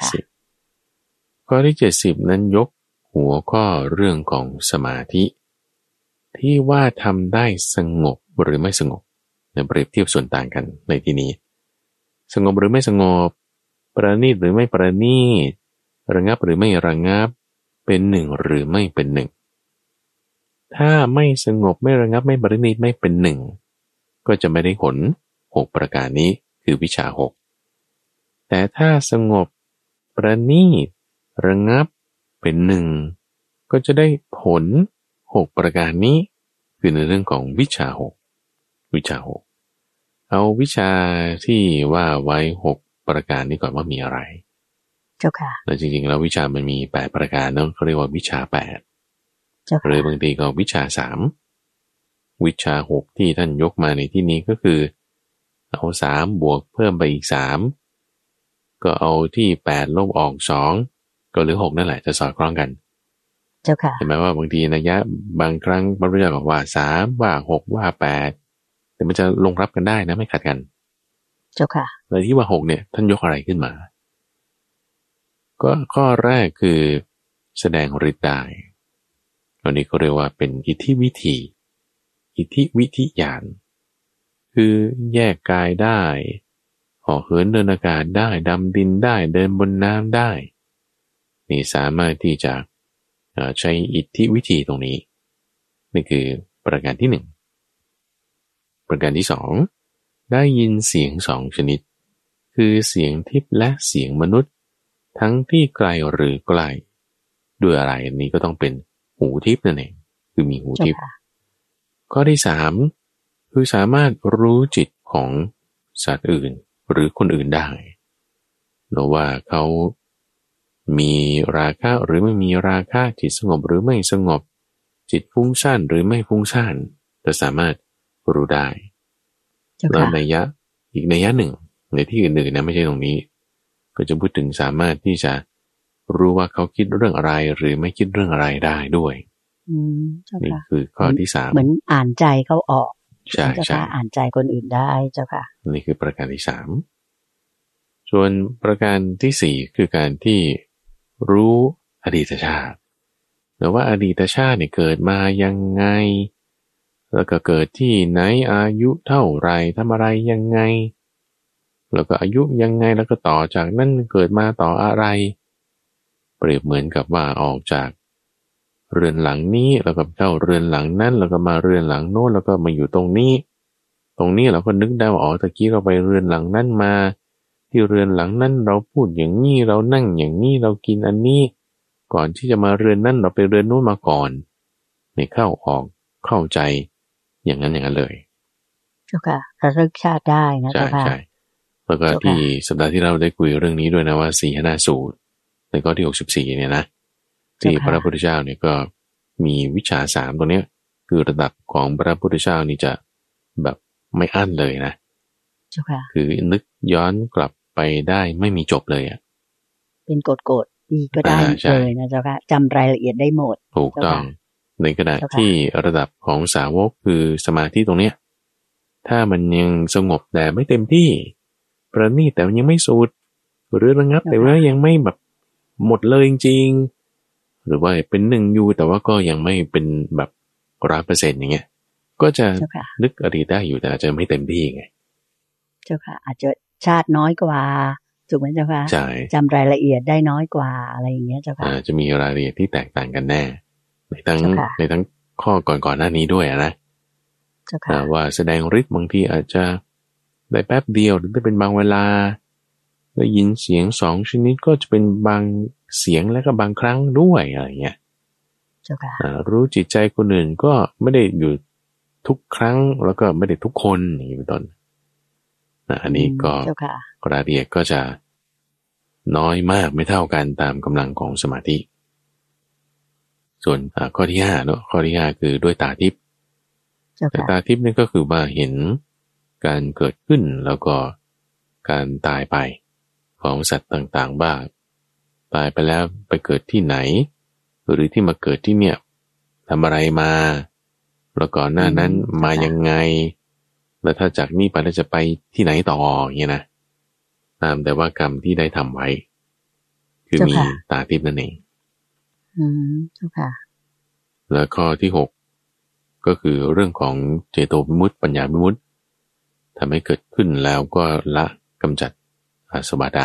[SPEAKER 2] 70ข้อที่70นั้นยกหัวข้อเรื่องของสมาธิที่ว่าทำได้สงบหรือไม่สงบเปรียบเทียบส่วนต่างกันในที่นี้สงบหรือไม่สงบประณีตหรือไม่ประณีตระงับหรือไม่ระงับเป็นหนึ่งหรือไม่เป็นหนึ่งถ้าไม่สงบไม่ระงับไม่ประณีตไม่เป็นหนึ่งก็จะไม่ได้ผล6ประการนี้คือวิชา6แต่ถ้าสงบประณีตระงับเป็นหนึ่งก็จะได้ผล6ประการนี้คือในเรื่องของวิชา6วิชา6เอาวิชาที่ว่าไว้6ประการนี้ก่อนว่ามีอะไร
[SPEAKER 1] เจ้าค่ะ
[SPEAKER 2] แล้วจริงๆแล้ววิชามันมี8ประการเนาะเขาเรียกว่าวิชา8หรือบางทีก็วิชา3วิชา6ที่ท่านยกมาในที่นี้ก็คือเอา3บวกเพิ่มไปอีก3ก็เอาที่8ลบออก2ก็เหลือ6นั่นแหละจะสอดคล้องกัน
[SPEAKER 1] เจ้าค่ะ
[SPEAKER 2] เห็นไหมว่าบางทีนัยยะบางครั้งพระพุทธเจ้าบอกว่า3ว่า6ว่า8แต่มันจะลงรับกันได้นะไม่ขัดกัน
[SPEAKER 1] เจ้าค่ะ
[SPEAKER 2] เลยที่ว่า6เนี่ยท่านยกอะไรขึ้นมาก็ข้อแรกคือแสดงฤทธิ์ได้อันนี้ก็เรียกว่าเป็นอิทธิวิธีอิทธิวิธีญาณคือแยกกายได้ห่อเหินเดินอากาศได้ดำดินได้เดินบนน้ำได้นี่สามารถที่จะใช้อิทธิวิธีตรงนี้นี่คือประการที่หนึ่งประการที่สองได้ยินเสียงสองชนิดคือเสียงทิพย์และเสียงมนุษย์ทั้งที่ไกลหรือใกล้ด้วยอะไรอันนี้ก็ต้องเป็นหูทิพย์นั่นเองคือมีหูทิพย์ข้อที่สามคือสามารถรู้จิตของสัตว์อื่นหรือคนอื่นได้หรือว่าเขามีราคะหรือไม่มีราคะจิตสงบหรือไม่สงบจิตฟุ้งซ่านหรือไม่ฟุ้งซ่านจะสามารถรู้ได้แล้วนัยยะอีกนัยยะหนึ่งในที่อื่นๆนะไม่ใช่ตรงนี้ก็จะพูดถึงสามารถที่จะรู้ว่าเขาคิดเรื่องอะไรหรือไม่คิดเรื่องอะไรได้ด้วยนี่คือข้อที่สาม
[SPEAKER 1] เหมือนอ่านใจเขาออก
[SPEAKER 2] ใช่ใช่
[SPEAKER 1] อ่านใจคนอื่นได้เจ้าค่ะ
[SPEAKER 2] นี่คือประการที่สามส่วนประการที่สี่คือการที่รู้อดีตชาติหรือว่าอดีตชาติเนี่ยเกิดมายังไงแล้วก็เกิดที่ไหนอายุเท่าไรทำอะไรยังไงแล้วก็อายุยังไงแล้วก็ต่อจากนั้นเกิดมาต่ออะไรเปรียบเหมือนกับว่าออกจากเรือนหลังนี้แล้วก็เข้าเรือนหลังนั้นแล้วก็มาเรือนหลังโน้นแล้วก็มาอยู่ตรงนี้เราก็นึกได้ว่าอ๋อตะกี้เราไปเรือนหลังนั้นมาที่เรือนหลังนั้นเราพูดอย่างนี้เรานั่งอย่างนี้เรากินอันนี้ก่อนที่จะมาเรือนนั้นเราไปเรือนโน้นมาก่อนไม่เข้าออกเข้าใจอย่างนั้นเลย
[SPEAKER 1] เจ้าค่ะระลึกชาติได้นะเจ้าค่ะ
[SPEAKER 2] ใช่แล้วก็ที่สัปดาห์ที่เราได้คุยเรื่องนี้ด้วยนะว่าสีหนาสูตรในข้อที่64เนี่ยนะที่พระพุทธเจ้าเนี่ยก็มีวิชา3ตรงนี้คือระดับของพระพุทธเจ้านี่จะแบบไม่อั้นเลยนะคือนึกย้อนกลับไปได้ไม่มีจบเลยอ่ะ
[SPEAKER 1] เป็นกฎดีก็ได้เลยนะเจ้าค่ะจำรายละเอียดได้หมด
[SPEAKER 2] ถูกต้องในขณะที่ระดับของสาวกคือสมาธิตรงเนี้ยถ้ามันยังสงบแต่ไม่เต็มที่ประณีตแต่มันยังไม่สุดหรือระงับแต่ว่ายังไม่แบบหมดเลยจริงๆหรือว่าเป็นหนึ่งอยู่แต่ว่าก็ยังไม่เป็นแบบ100%อย่างเงี้ยก็จะนึกอดีตได้อยู่แต่อาจจะไม่เต็มที่ไง
[SPEAKER 1] เจ้าค่ะอาจจะชาติน้อยกว่าถูกไหมเจ้าค่ะ
[SPEAKER 2] ใช่
[SPEAKER 1] จำรายละเอียดได้น้อยกว่าอะไรอย่างเงี้ยเจ้าค่ะ
[SPEAKER 2] จะมีรายละเอียดที่แตกต่างกันแน่ในทั้งข้อก่อนหน้านี้ด้วยนะว่าแสดงฤทธิ์บางทีอาจจะได้แป๊บเดียวหรือได้เป็นบางเวลาได้ยินเสียง2ชนิดก็จะเป็นบางเสียงและก็บางครั้งด้วยอะไรเงี้ยรู้จิตใจคนอื่นก็ไม่ได้อยู่ทุกครั้งแล้วก็ไม่ได้ทุกคนอย่างนี้เป็นต้นอันนี้ก็รายละเอียดก็จะน้อยมากไม่เท่ากันตามกำลังของสมาธิส่วนข้อที่5เนาะข้อที่5คือด้วยตาทิพย์ตาทิพย์นี่ก็คือว่าเห็นการเกิดขึ้นแล้วก็การตายไปของสัตว์ต่างๆบ้างตายไปแล้วไปเกิดที่ไหนหรือที่มาเกิดที่เนี่ยทำอะไรมาแล้วก่อนหน้านั้นมายังไงแล้วถ้าจากนี้ไปแล้วจะไปที่ไหนต่ออย่างเงี้ยนะตามแต่ว่ากรรมที่ได้ทำไว้คือมีตาทิพย์นั่นเองแล้วข้อที่6ก็คือเรื่องของเจโตวิมุตติปัญญาวิมุตติทำให้เกิดขึ้นแล้วก็ละกำจัดอาสวะได้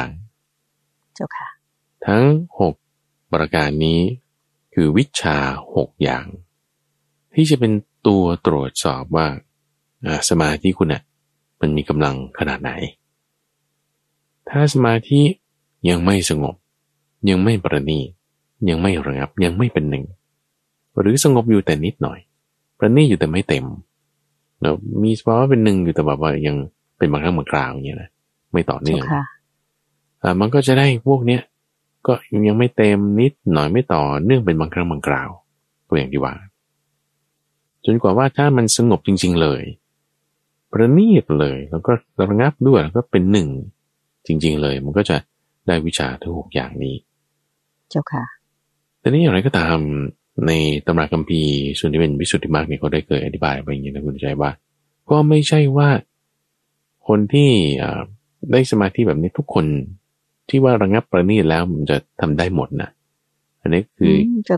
[SPEAKER 2] ทั้ง6ประการนี้คือวิชา6อย่างที่จะเป็นตัวตรวจสอบว่าสมาธิคุณน่ะมันมีกำลังขนาดไหนถ้าสมาธิยังไม่สงบยังไม่ประณีตยังไม่ระงับยังไม่เป็นหนึ่งหรือสงบอยู่แต่นิดหน่อยประณีตอยู่แต่ไม่เต็มแล้วมีสภาวะเป็นหนึ่งอยู่แต่แบบว่ายังเป็นบางครั้งบางคราวอย่างเงี้ยนะไม่ต่อเนื่องมันก็จะได้พวกเนี้ยก็ยังไม่เต็มนิดหน่อยไม่ต่อเนื่องเป็นบางครั้งบางคราวตัวอย่างที่ว่าจนกว่าว่าถ้ามันสงบจริงๆเลยประณีตเลยแล้วก็ระงับด้วยแล้วก็เป็นหนึ่งจริงๆเลยมันก็จะได้วิชาทั้ง6อย่างนี้
[SPEAKER 1] เจ้าค่ะ
[SPEAKER 2] แต่นี้อย่างไรก็ตามในตำราคัมภีร์ส่วนที่เป็นวิสุทธิมรรคเนี่ยเขาได้เคยอธิบายไว้อย่างนี้นะคุณใจว่าก็ไม่ใช่ว่าคนที่ได้สมาธิแบบนี้ทุกคนที่ว่าระงับประณีตแล้วมันจะทำได้หมดนะอันนี้คือ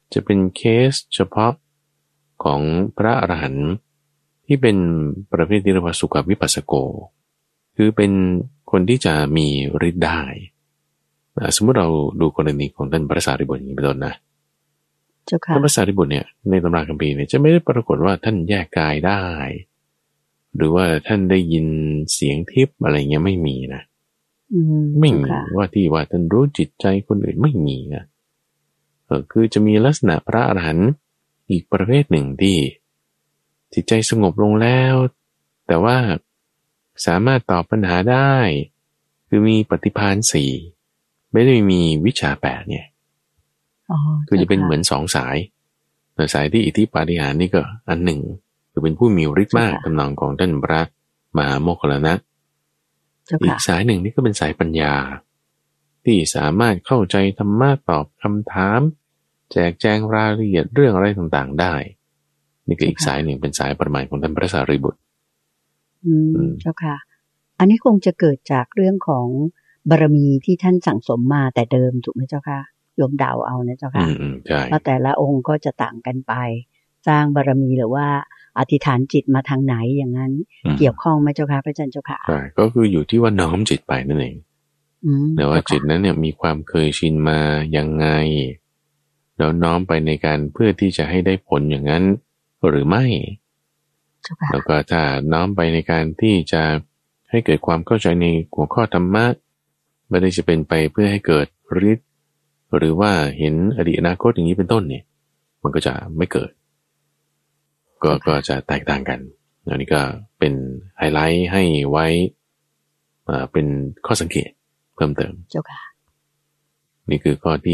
[SPEAKER 2] จะเป็นเคสเฉพาะของพระอรหันต์ที่เป็นประเภทที่เรียกว่าสุขวิปัสสโกคือเป็นคนที่จะมีฤทธิ์ได้สมมติเราดูกรณีของท่านพระสารีบุตรอย่างนี้เป็นต้นนะท่านพระสารีบุตรเนี่ยในตำราคัมภีร์เนี่ยจะไม่ได้ปรากฏว่าท่านแยกกายได้หรือว่าท่านได้ยินเสียงทิพย์อะไรเงี้ยไม่มีนะไม่มีว่าที่ว่าท่านรู้จิตใจคนอื่นไม่มีนะคือจะมีลักษณะพระอรหันต์อีกประเภทหนึ่งที่จิตใจสงบลงแล้วแต่ว่าสามารถตอบปัญหาได้คือมีปฏิภาณสี่ไม่ได้มีวิชาแปดเนี่ยคือจะเป็นเหมือนสองสายแต่สายที่อิทธิปาฏิหาริย์นี่ก็อันหนึ่งคือเป็นผู้มีฤทธิ์มากตำนองของท่านพระมหาโมคคัลลานะอีกสายหนึ่งนี่ก็เป็นสายปัญญาที่สามารถเข้าใจธรรมะตอบคำถามแจกแจงรายละเอียดเรื่องอะไรต่างๆได้นี่ก็อีกสายหนึ่งเป็นสายปรมัยของท่านพระสารีบุตร
[SPEAKER 1] เจ้าค่ะอันนี้คงจะเกิดจากเรื่องของบารมีที่ท่านสั่งสมมาแต่เดิมถูกไหมเจ้าค่ะโยมเดาเอานะเจ้าค่ะว่าแต่ละองค์ก็จะต่างกันไปสร้างบารมีหรือว่าอธิษฐานจิตมาทางไหนอย่างนั้นเกี่ยวข้องไหมเจ้าค่ะพระอาจารย์เจ้าค่ะ
[SPEAKER 2] ใช่ก็คืออยู่ที่ว่าน้อมจิตไปนั่นเองแต่ว่าจิตนั้นเนี่ยมีความเคยชินมายังไงแล้วน้อมไปในการเพื่อที่จะให้ได้ผลอย่างนั้นหรือไม่แล้วก็ถ้าน้อมไปในการที่จะให้เกิดความเข้าใจในหัวข้อธรรมะไม่ได้จะเป็นไปเพื่อให้เกิดฤทธิ์หรือว่าเห็นอดีตอนาคตอย่างนี้เป็นต้นเนี่ยมันก็จะไม่เกิดก็จะแตกต่างกันอันนี้ก็เป็นไฮไลท์ให้ไว้เป็นข้อสังเกตเพิ่มเติม
[SPEAKER 1] เจ้าค่ะ
[SPEAKER 2] นี่คือข้อที่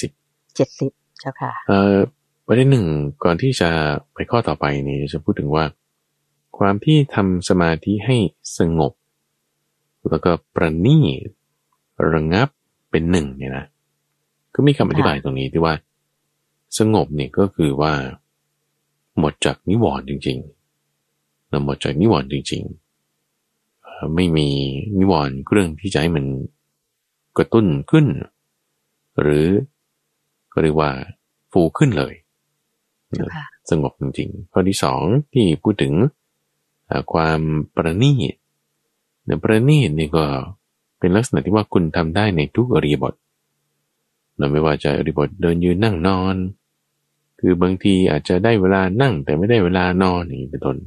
[SPEAKER 2] 70
[SPEAKER 1] เจ้าค่ะ
[SPEAKER 2] ประเด็นหนึ่งก่อนที่จะไปข้อต่อไปนี่จะพูดถึงว่าความที่ทำสมาธิให้สงบแล้วก็ประณีตระงับเป็นหนึ่งเนี่ยนะก็มีคำอธิบายตรงนี้ที่ว่าสงบเนี่ยก็คือว่าหมดจากนิวรณ์จริงๆเราหมดจากนิวรณ์จริงๆไม่มีนิวรณ์เครื่องที่จะให้มันกระตุ้นขึ้นหรือก็เรียกว่าฟูขึ้นเลยสงบจริงๆข้อที่สองที่พูดถึงความประณีตเนี่ยประณีตนี่ก็เป็นลักษณะที่ว่าคุณทำได้ในทุกอริยบทเราไม่ว่าจะอริยบทเดินยืนนั่งนอนคือบางทีอาจจะได้เวลานั่งแต่ไม่ได้เวลานอนอย่างนี้เป็นต้น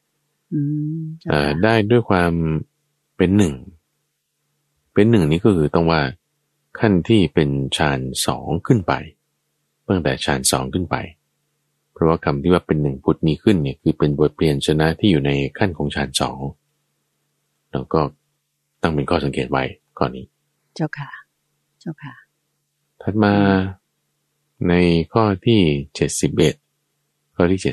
[SPEAKER 2] ได้ด้วยความเป็นหนึ่งนี่ก็คือต้องว่าขั้นที่เป็นฌานสองขึ้นไปตั้งแต่ฌานสองขึ้นไปเพราะว่าคำที่ว่าเป็นหนึ่งพุทธนี้ขึ้นเนี่ยคือเป็นบทเปลี่ยนชนะที่อยู่ในขั้นของฌานสองแล้วก็ตั้งเป็นข้อสังเกตไว้ข้อนี้
[SPEAKER 1] เจ้าค่ะ
[SPEAKER 2] ถัดมาในข้อที่71ข้อที่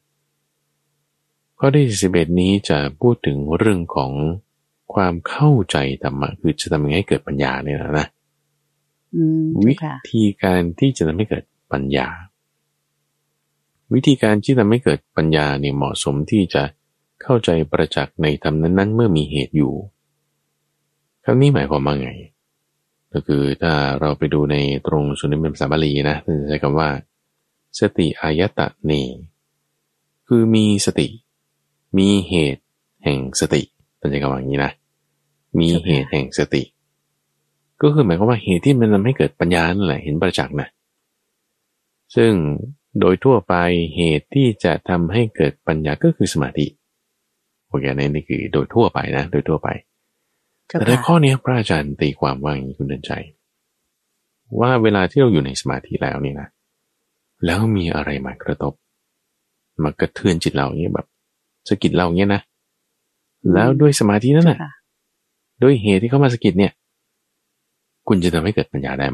[SPEAKER 2] 71นี้จะพูดถึงเรื่องของความเข้าใจธรรมะคือจะทำยังไงให้เกิดปัญญาเนี่ยนะวิธีการที่จะทำให้เกิดปัญญาวิธีการที่ทำให้เกิดปัญญาเนี่ยเหมาะสมที่จะเข้าใจประจักษ์ในธรรมนั้นๆเมื่อมีเหตุอยู่คำนี้หมายความว่าไงก็คือถ้าเราไปดูในตรงสุนทรภาษาบาลีนะท่านใช้คำว่าสติอายตะเนคือมีสติมีเหตุแห่งสติท่านใช้คำว่าอย่างนี้นะมีเหตุแห่งสติก็คือหมายความว่าเหตุที่มันทำให้เกิดปัญญานั่นแหละเห็นประจักษ์นะซึ่งโดยทั่วไปเหตุที่จะทำให้เกิดปัญญาก็คือสมาธิโอเคนี่คือโดยทั่วไปนะโดยทั่วไปแต่ในข้อนี้พระอาจารย์ตีความว่าอย่างนี้คุณเดินใจว่าเวลาที่เราอยู่ในสมาธิแล้วนี่นะแล้วมีอะไรมากระทบมากระเทือนจิตเราอย่างเงี้ยแบบสะกิดเราอย่างเงี้ยนะแล้วด้วยสมาธินั่นแหละด้วยเหตุที่เข้ามาสะกิดเนี่ยคุณจะทำให้เกิดปัญญาได้ไหม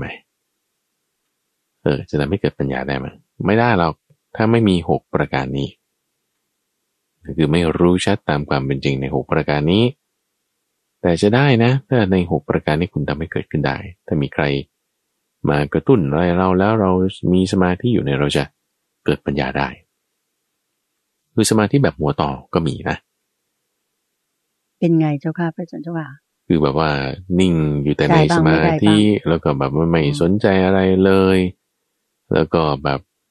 [SPEAKER 2] จะทำให้เกิดปัญญาได้ไหมไม่ได้หรอกถ้าไม่มี6ประการนี้คือไม่รู้ชัดตามความเป็นจริงใน6ประการนี้แต่จะได้นะถ้าใน6ประการนี้คุณทำให้เกิดขึ้นได้ถ้ามีใครมากระตุ้นอะไรเราแล้วเรามีสมาธิอยู่ในเราจะเกิดปัญญาได้คือสมาธิแบบหัวต่อก็มีนะ
[SPEAKER 1] เป็นไงเจ้าค่ะพระอาจารย์เจ้าค่ะ
[SPEAKER 2] คือแบบว่านิ่งอยู่แต่ในสมาธิแล้วก็แบบไม่สนใจอะไรเลยแล้วก็แบบ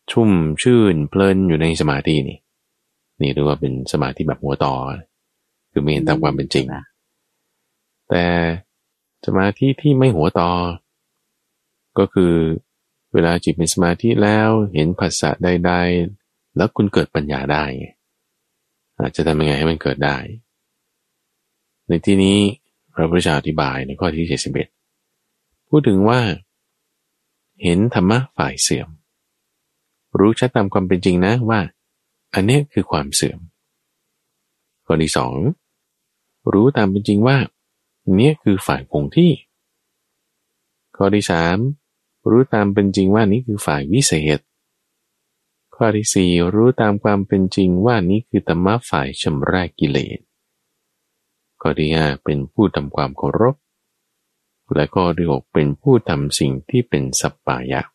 [SPEAKER 2] ชุ่มชื่นเพลินอยู่ในสมาธินี่เรียกว่าเป็นสมาธิแบบหัวต่อคือไม่เห็นตามความเป็นจริงแต่สมาธิที่ไม่หัวต่อก็คือเวลาจิตเป็นสมาธิแล้วเห็นภาษาใดๆแล้วคุณเกิดปัญญาได้อาจจะทำยังไงให้มันเกิดได้ในที่นี้พระพุทธเจ้าอธิบายในข้อที่71พูดถึงว่าเห็นธรรมะฝ่ายเสื่อมรู้ชัดตามความเป็นจริงนะว่าอันนี้คือความเสื่อมข้อที่2รู้ตามเป็นจริงว่านี้คือฝ่ายคงที่ข้อที่3รู้ตามเป็นจริงว่านี้คือฝ่ายวิเศษข้อที่4รู้ตามความเป็นจริงว่านี้คือธรรมะฝ่ายชำระกิเลสข้อที่5เป็นผู้ทำความเคารพและข้อที่6เป็นผู้ทำสิ่งที่เป็นสัปปายะ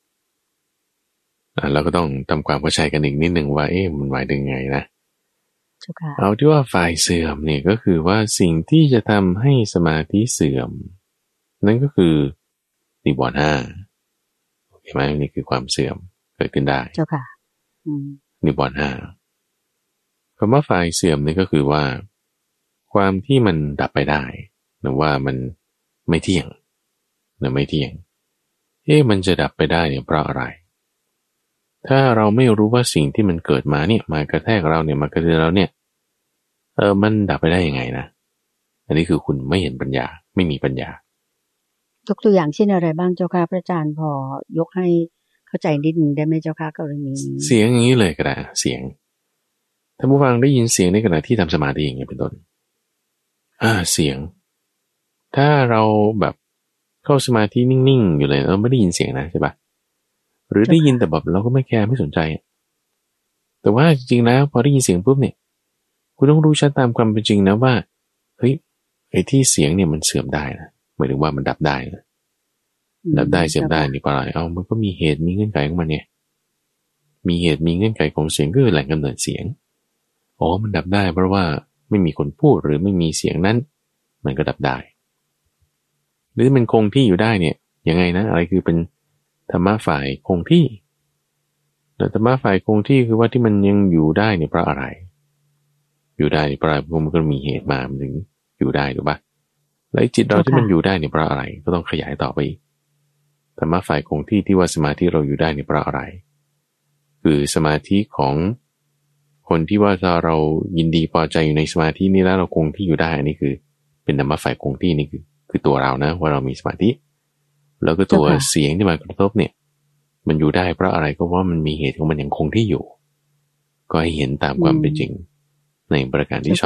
[SPEAKER 2] เราก็ต้องทำความเข้าใจกันอีกนิดหนึ่งว่ามันหมายถึงไงนะเอาที่ว่าฝ่ายเสื่อมเนี่ยก็คือว่าสิ่งที่จะทำให้สมาธิเสื่อมนั่นก็คือนิวรณ์5โอเคไหมนี่คือความเสื่อมเกิดขึ้นได้
[SPEAKER 1] เจ้าค่ะ
[SPEAKER 2] นิวรณ์5คำว่าฝ่ายเสื่อมนี่ก็คือว่าความที่มันดับไปได้หรือว่ามันไม่เที่ยงหรือไม่เที่ยงมันจะดับไปได้เนี่ยเพราะอะไรถ้าเราไม่รู้ว่าสิ่งที่มันเกิดมาเนี่ยมากระแทกเราเนี่ยมากระเทือนเราเนี่ยมันดับไปได้ยังไงนะอันนี้คือคุณไม่เห็นปัญญาไม่มีปัญญาย
[SPEAKER 1] กตัวอย่างเช่นอะไรบ้างเจ้าค่ะพระอาจารย์พอยกให้เข้าใจนิดนึงได้ไหมเจ้าค่ะกรณี
[SPEAKER 2] เสียงอย่างนี้เลยก็ได้เสียงท่านผู้ฟังได้ยินเสียงในขณะที่ทำสมาธิอย่างเงี้ยเป็นต้นเสียงถ้าเราแบบเข้าสมาธินิ่งๆอยู่เลยเราไม่ได้ยินเสียงนะใช่ปะหรือได้ยินแต่แบบเราก็ไม่แคร์ไม่สนใจแต่ว่าจริงๆแล้วพอได้ยินเสียงปุ๊บเนี่ยคุณต้องรู้ชัดตามความเป็นจริงนะว่าเฮ้ยไอ้ที่เสียงเนี่ยมันเสื่อมได้นะหมายถึงว่ามันดับได้นะดับได้เสื่อมได้นี่เพราะอะไรมันก็มีเหตุมีเงื่อนไขของมันเนี่ยมีเหตุมีเงื่อนไขของเสียงก็คือแหล่งกำเนิดเสียงมันดับได้เพราะว่าไม่มีคนพูดหรือไม่มีเสียงนั้นมันก็ดับได้หรือมันคงที่อยู่ได้เนี่ยยังไงนะอะไรคือเป็นธรรมะฝ่ายคงที่แต่ธรรมะฝ่ายคงที่คือว่าที่มันยังอยู่ได้เนี่ยเพราะอะไรอยู่ได้เพราะอะไรมันก็มีเหตุมามันถึงอยู่ได้ถูกปะแล้วจิตเราที่มันอยู่ได้เนี่ยเพราะอะไรก็ต้องขยายต่อไปอีกธรรมะฝ่ายคงที่ที่ว่าสมาธิเราอยู่ได้เนี่ยเพราะอะไรคือสมาธิของคนที่ว่าถ้าเรายินดีพอใจอยู่ในสมาธินี้แล้วเราคงที่อยู่ได้อันนี้คือเป็นธรรมะฝ่ายคงที่นี่คือตัวเรานะว่าเรามีสมาธิแล้วก็ตัวเสียงที่มากระทบเนี่ยมันอยู่ได้เพราะอะไรก็ว่ามันมีเหตุของมันยังคงที่อยู่ก็ให้เห็นตามความเป็นจริงในประการที่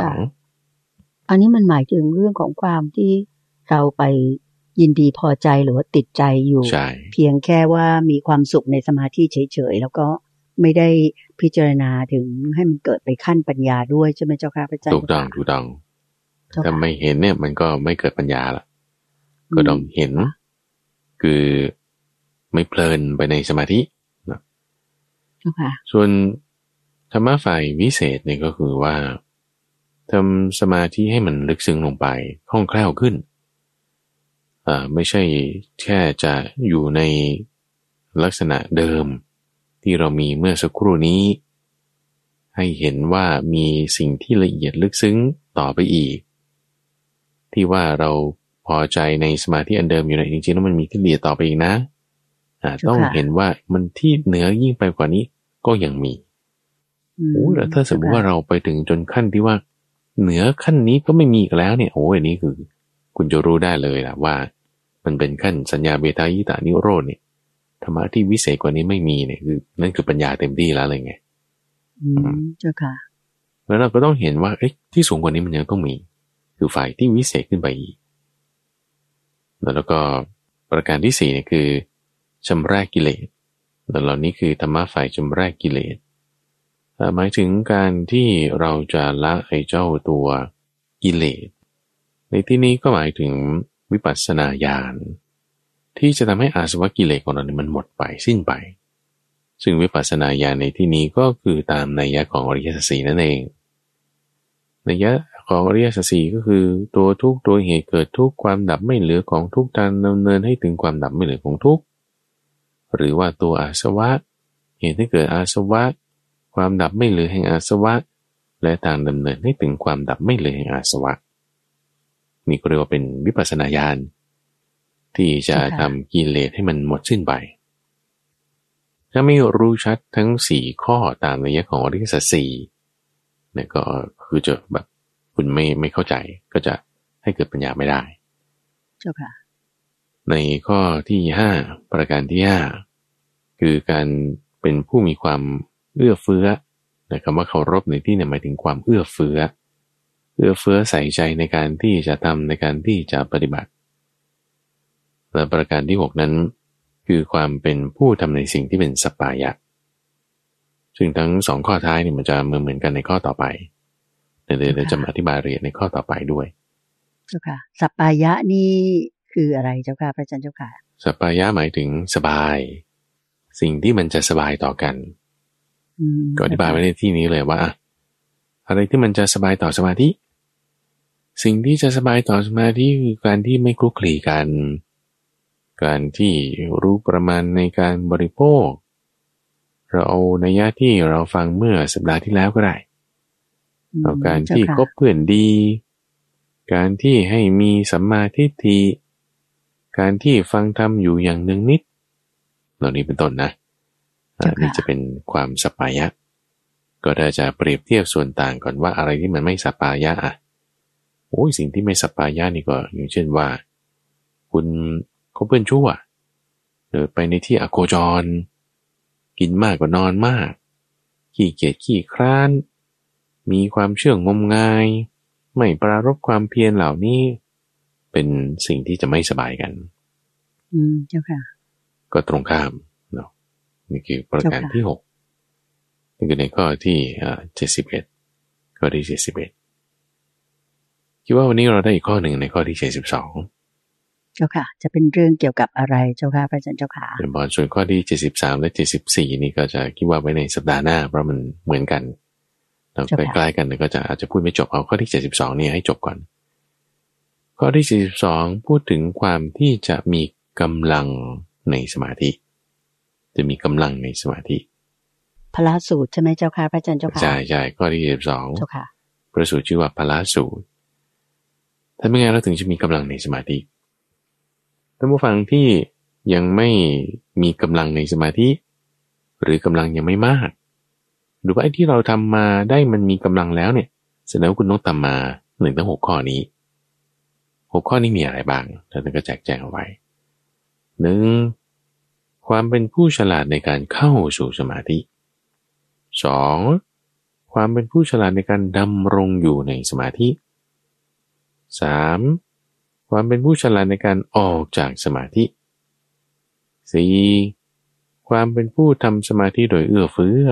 [SPEAKER 2] 2
[SPEAKER 1] อันนี้มันหมายถึงเรื่องของความที่เราไปยินดีพอใจหรือว่าติดใจอยู่เพียงแค่ว่ามีความสุขในสมาธิเฉยๆแล้วก็ไม่ได้พิจารณาถึงให้มันเกิดไปขั้นปัญญาด้วยใช่ไหมเจ้าค่ะพระอาจารย์
[SPEAKER 2] ถูกต้องถ้าไม่เห็นเนี่ยมันก็ไม่เกิดปัญญาละก็ต้องเห็นคือไม่เพลินไปในสมาธินะส่วนธรรมะฝ่ายวิเศษเนี่ยก็คือว่าทำสมาธิให้มันลึกซึ้งลงไปคล่องแคล่วขึ้นไม่ใช่แค่จะอยู่ในลักษณะเดิมที่เรามีเมื่อสักครู่นี้ให้เห็นว่ามีสิ่งที่ละเอียดลึกซึ้งต่อไปอีกที่ว่าเราพอใจในสมาธิอันเดิมอยู่ในจริงๆแล้วมันมีที่ละเอียดต่อไปอีกนะต้องเห็นว่ามันที่เหนือยิ่งไปกว่านี้ก็ยังมีแล้วถ้าสมมติว่าเราไปถึงจนขั้นที่ว่าเหนือขั้นนี้ก็ไม่มีอีกแล้วเนี่ยอันนี้คือคุณจะรู้ได้เลยล่ะว่ามันเป็นขั้นสัญญาเบทายตานิโรธเนี่ยธรรมะที่วิเศษกว่านี้ไม่มีเนี่ยคือนั่นคือปัญญาเต็มที่แล้วเลยไง
[SPEAKER 1] เจ้าค่ะ
[SPEAKER 2] แล้วเราก็ต้องเห็นว่าที่สูงกว่านี้มันยังต้องมีคือฝ่ายที่วิเศษขึ้นไปอีกแล้วก็ประการที่4เนี่ยคือชำระกิเลสแล้วเหล่านี้คือธรรมะฝ่ายชำระกิเลสหมายถึงการที่เราจะละไอ้เจ้าตัวกิเลสในที่นี้ก็หมายถึงวิปัสสนาญาณที่จะทำให้อาสวะกิเลสของเราเนี่ยมันหมดไปสิ้นไปซึ่งวิปัสสนาญาณในที่นี้ก็คือตามนัยยะของอริยสัจสี่นั่นเองนัยยะของอริยสัจสี่ก็คือตัวทุกข์ตัวเหตุเกิดทุกข์ความดับไม่เหลือของทุกข์การดำเนินให้ถึงความดับไม่เหลือของทุกข์หรือว่าตัวอาสวะเหเหตุให้เกิดอาสวะความดับไม่เหลือแห่งอาสวะและทางดำเนินให้ถึงความดับไม่เหลือแห่งอาสวะนี่ก็เรียกว่าเป็นวิปัสสนาญาณที่จะทำกิเลสให้มันหมดสิ้นไปถ้าไม่รู้ชัดทั้ง4ข้อตามนัยของอริยสัจสี่เนี่ยก็คือจะแบบคุณไม่เข้าใจก็จะให้เกิดปัญญาไม่ได้
[SPEAKER 1] เจ้าค่ะ
[SPEAKER 2] ในข้อที่5ประการที่5คือการเป็นผู้มีความเอื้อเฟื้อนะคำว่าเคารพในที่เนี่ยหมายถึงความเอื้อเฟื้อใส่ใจในการที่จะทำในการที่จะปฏิบัติและประการที่6นั้นคือความเป็นผู้ทำในสิ่งที่เป็นสัปปายะซึ่งทั้ง2ข้อท้ายเนี่ยมันจะเหมือนกันในข้อต่อไปเดี๋ยวจะมาอธิบายรายละเอียดในข้อต่อไปด้วย
[SPEAKER 1] เจ้าค่ะสัปปายะนี่คืออะไรเจ้าค่ะพระอาจารย์เจ้าค่ะ
[SPEAKER 2] สัปปายะหมายถึงสบายสิ่งที่มันจะสบายต่อกันก็อธิบายไว้ในที่นี้เลยว่าอะไรที่มันจะสบายต่อสมาธิสิ่งที่จะสบายต่อสมาธิคือการที่ไม่คลุกคลีกันการที่รู้ประมาณในการบริโภคเราเอานัยยะที่เราฟังเมื่อสัปดาห์ที่แล้วก็ได้เอาการที่คบเพื่อนดีการที่ให้มีสัมมาทิฏฐิการที่ฟังธรรมอยู่อย่างหนึ่งนิดเหล่านี้เป็นต้นนะนี่จะเป็นความสัปปายะก็ได้จะเปรียบเทียบส่วนต่างก่อนว่าอะไรที่มันไม่สัปปายะโอ้ยสิ่งที่ไม่สัปปายะนี่ก็อย่างเช่นว่าคุณคบเพื่อนชั่วหรือไปในที่อโคจรกินมากกว่านอนมากขี้เกียจขี้คร้านมีความเชื่องมงายไม่ปรารภความเพียรเหล่านี้เป็นสิ่งที่จะไม่สบายกัน
[SPEAKER 1] เจ้าค่ะ
[SPEAKER 2] ก็ตรงข้ามเนาะนี่คือประการที่6นี่คือในข้อที่71ข้อที่71คิดว่าวันนี้เราได้อีกข้อหนึ่งในข้อที่72
[SPEAKER 1] เจ้าค่ะจะเป็นเรื่องเกี่ยวกับอะไรเจ้าค่ะพระอาจารย์เจ้าค่ะ
[SPEAKER 2] เป็นบอลส่วนข้อที่73และ74นี่ก็จะคิดว่าไว้ในสัปดาห์หน้าเพราะมันเหมือนกันเราใกล้ๆกันก็จะอาจจะพูดไม่จบเอาข้อที่72นี่ให้จบก่อนข้อที่42พูดถึงความที่จะมีกำลังในสมาธิจะมีกำลังในสมาธิ
[SPEAKER 1] พละสูตรใช่ไหมเจ้าค่ะพระอาจารย์เจ้าค่ะ
[SPEAKER 2] ใช่ข้อที่42
[SPEAKER 1] เจ้าค่ะ
[SPEAKER 2] พระสูตรชื่อว่าพละสูตรถ้าไม่งั้นเราถึงจะมีกำลังในสมาธิท่านผู้ฟังที่ยังไม่มีกำลังในสมาธิหรือกำลังยังไม่มากหรือว่าไอ้ที่เราทำมาได้มันมีกำลังแล้วเนี่ยแสดงว่าคุณต้องทำมา1 ถึง 6ข้อนี้6ข้อนี้มีอะไรบ้างท่านก็แจกแจงเอาไว้ 1. ความเป็นผู้ฉลาดในการเข้าสู่สมาธิ 2. ความเป็นผู้ฉลาดในการดำรงอยู่ในสมาธิ 3. ความเป็นผู้ฉลาดในการออกจากสมาธิ 4. ความเป็นผู้ทำสมาธิโดยเอื้อเฟื้อ